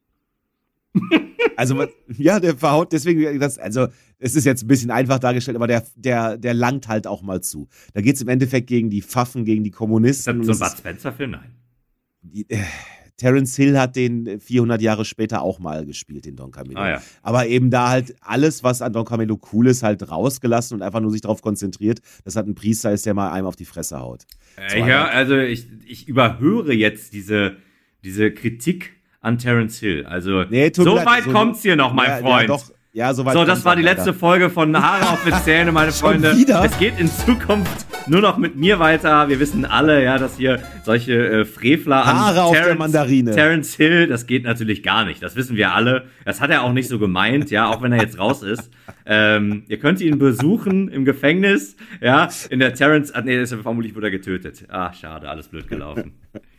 Also, was- ja, der verhaut, deswegen, das, also, es ist jetzt ein bisschen einfach dargestellt, aber der, der, der langt halt auch mal zu. Da geht es im Endeffekt gegen die Pfaffen, gegen die Ist Kommunisten. das und so ein es Bud Spencer-Film? Nein. ist- äh, Terence Hill hat den vierhundert Jahre später auch mal gespielt, den Don Camillo. Ah, ja. Aber eben da halt alles, was an Don Camillo cool ist, halt rausgelassen und einfach nur sich darauf konzentriert, dass halt ein Priester ist, der mal einem auf die Fresse haut. Äh, ja, also ich, ich überhöre jetzt diese, diese Kritik an Terence Hill. Also, Nee, tut mir so leid, weit so- kommt's hier noch, mein ja, Freund. Ja, doch. Ja, so weit So, das kommt's war auch die letzte leider. Folge von Haare auf den Zähne, meine Schon Freunde. wieder? Es geht in Zukunft nur noch mit mir weiter. Wir wissen alle, ja, dass hier solche äh, Frevler an Haare auf der Mandarine. Terence Hill, das geht natürlich gar nicht. Das wissen wir alle. Das hat er auch nicht so gemeint, ja, auch wenn er jetzt raus ist. Ähm, ihr könnt ihn besuchen im Gefängnis, ja, in der Terence, ah, nee, ist, vermutlich wurde er getötet. Ah, schade, alles blöd gelaufen.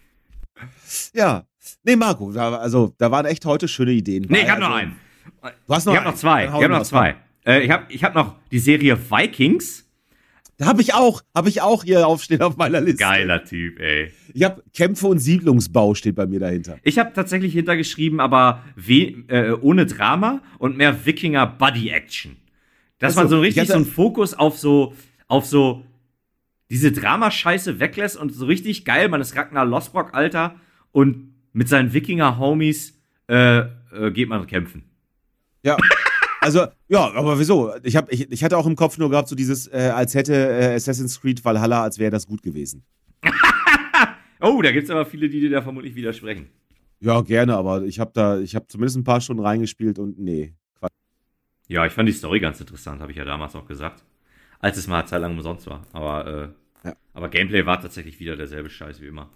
Ja. Nee, Marco, da, also, da waren echt heute schöne Ideen. Nee, ich habe also, noch einen. Du hast noch Ich habe einen. noch zwei. Ich Dann hau habe noch raus. zwei. Äh, ich habe ich hab noch die Serie Vikings. Da habe ich auch, habe ich auch hier aufstehen auf meiner Liste. Geiler Typ, ey. Ich habe Kämpfe und Siedlungsbau steht bei mir dahinter. Ich habe tatsächlich hintergeschrieben, aber we äh, ohne Drama und mehr Wikinger-Buddy-Action. Dass Ach so, man so ich richtig hatte- so einen Fokus auf so, auf so diese Dramascheiße weglässt und so richtig geil, man ist Ragnar Lothbrok, Alter, und mit seinen Wikinger-Homies äh, äh, geht man kämpfen. Ja. Also, ja, aber wieso? Ich, hab, ich, ich hatte auch im Kopf nur gehabt, so dieses, äh, als hätte äh, Assassin's Creed Valhalla, als wäre das gut gewesen. Oh, da gibt's aber viele, die dir da vermutlich widersprechen. Ja, gerne, aber ich habe da, ich habe zumindest ein paar Stunden reingespielt und nee. Quatsch. Ja, ich fand die Story ganz interessant, habe ich ja damals auch gesagt. Als es mal eine Zeit lang umsonst war. Aber, äh, Ja. aber Gameplay war tatsächlich wieder derselbe Scheiß wie immer.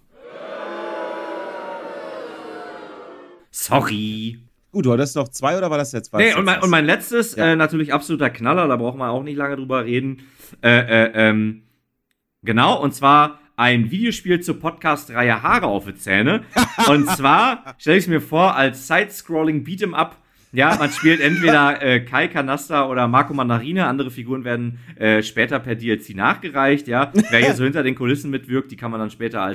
Sorry. Gut, du hattest noch zwei oder war das jetzt was? Nee, und mein, und mein letztes, Ja. äh, natürlich absoluter Knaller, da brauchen wir auch nicht lange drüber reden. Äh, äh, ähm, genau, und zwar ein Videospiel zur Podcast-Reihe Haare auf die Zähne. Und zwar stelle ich es mir vor als Side-Scrolling Beat'em-up. Ja, man spielt entweder äh, Kai Kanasta oder Marco Mandarine. Andere Figuren werden äh, später per D L C nachgereicht. Ja, wer hier so hinter den Kulissen mitwirkt, die kann man dann später als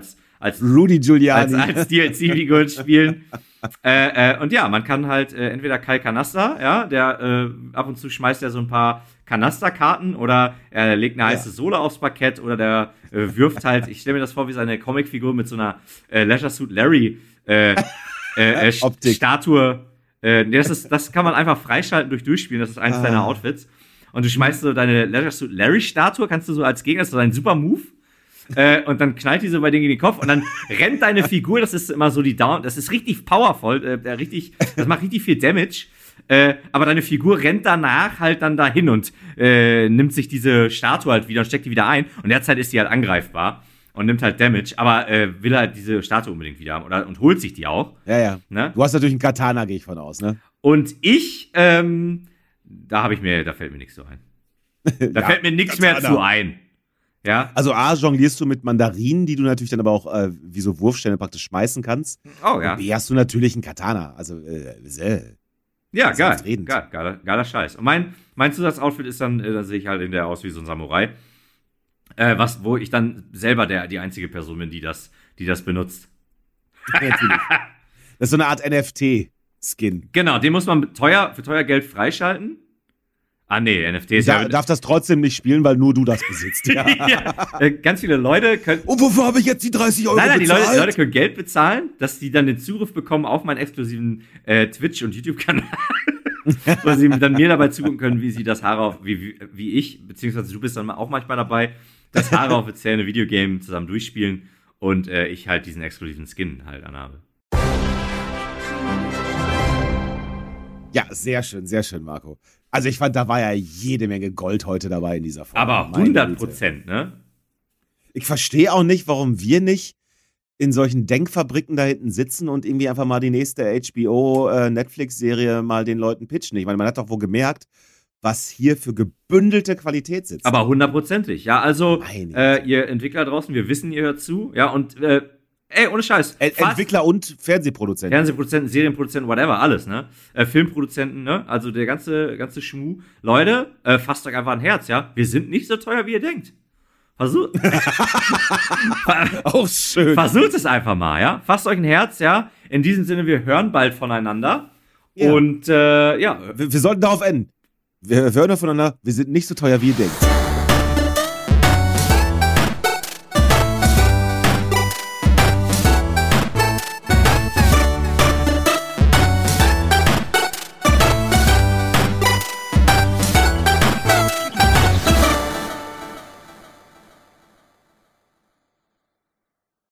als Rudy Giuliani. als, als D L C-Figuren spielen. äh, äh, und ja, man kann halt äh, entweder Kai Kanaster, ja, der äh, ab und zu schmeißt er so ein paar Kanasterkarten oder er legt eine heiße Sohle aufs Parkett oder der äh, wirft halt, ich stelle mir das vor wie seine Comicfigur mit so einer äh, Leisure Suit Larry äh, äh, äh, Optik. Statue. Äh, das, ist, das kann man einfach freischalten durch Durchspielen, das ist eins Ah. deiner Outfits. Und du schmeißt so deine Leisure Suit Larry Statue, kannst du so als Gegner, das ist so dein super Move. Äh, und dann knallt die so bei dir gegen den Kopf und dann rennt deine Figur, das ist immer so die Down, das ist richtig powerful, äh, der richtig, das macht richtig viel Damage, äh, aber deine Figur rennt danach halt dann dahin und äh, nimmt sich diese Statue halt wieder und steckt die wieder ein und derzeit ist die halt angreifbar und nimmt halt Damage, aber äh, will halt diese Statue unbedingt wieder haben oder, und holt sich die auch. Ja, ja. Ne? Du hast natürlich einen Katana, gehe ich von aus, ne? Und ich, ähm, da habe ich mir, da fällt mir nichts so ein. Da Ja, fällt mir nichts mehr Katana. zu ein. Ja. Also A, jonglierst du mit Mandarinen, die du natürlich dann aber auch äh, wie so Wurfsterne praktisch schmeißen kannst. Oh ja. Und B, hast du natürlich einen Katana. Also, äh, äh. Ja, Das ist geil. selbstredend. geil geiler, geiler Scheiß. Und mein, mein Zusatzoutfit ist dann, äh, da sehe ich halt in der aus wie so ein Samurai. Äh, was, wo ich dann selber der, die einzige Person bin, die das, die das benutzt. natürlich. Das ist so eine Art N F T-Skin. Genau, den muss man teuer, für teuer Geld freischalten. Ah, nee, N F T ist Da, ja. darf das trotzdem nicht spielen, weil nur du das besitzt. Ja. ja, äh, ganz viele Leute können. Und wofür habe ich jetzt die dreißig Euro Nein, nein, die Leute, bezahlt? die Leute können Geld bezahlen, dass die dann den Zugriff bekommen auf meinen exklusiven äh, Twitch- und YouTube-Kanal. Wo sie dann mir dabei zugucken können, wie sie das Haare auf, wie, wie, wie ich, beziehungsweise du bist dann auch manchmal dabei, das Haare auf erzählende Videogame zusammen durchspielen und äh, ich halt diesen exklusiven Skin halt anhabe. Ja, sehr schön, sehr schön, Marco. Also ich fand, da war ja jede Menge Gold heute dabei in dieser Folge. Aber Meine hundert Güte. Prozent, ne? Ich verstehe auch nicht, warum wir nicht in solchen Denkfabriken da hinten sitzen und irgendwie einfach mal die nächste H B O-Netflix-Serie mal den Leuten pitchen. Ich meine, man hat doch wohl gemerkt, was hier für gebündelte Qualität sitzt. Aber hundertprozentig, ja. Also, Meine äh, ihr Entwickler draußen, wir wissen, ihr hört zu, ja, und äh, ey, ohne Scheiß. Ent- fast- Entwickler und Fernsehproduzenten. Fernsehproduzenten, Serienproduzenten, whatever, alles, ne? Äh, Filmproduzenten, ne? Also der ganze, ganze Schmuh. Leute, äh, fasst euch einfach ein Herz, ja? Wir sind nicht so teuer, wie ihr denkt. Versucht, Auch schön. versucht es einfach mal, ja? Fasst euch ein Herz, ja? In diesem Sinne, wir hören bald voneinander. Ja. Und, äh, ja, Wir, wir sollten darauf enden. Wir, wir hören voneinander, wir sind nicht so teuer, wie ihr denkt.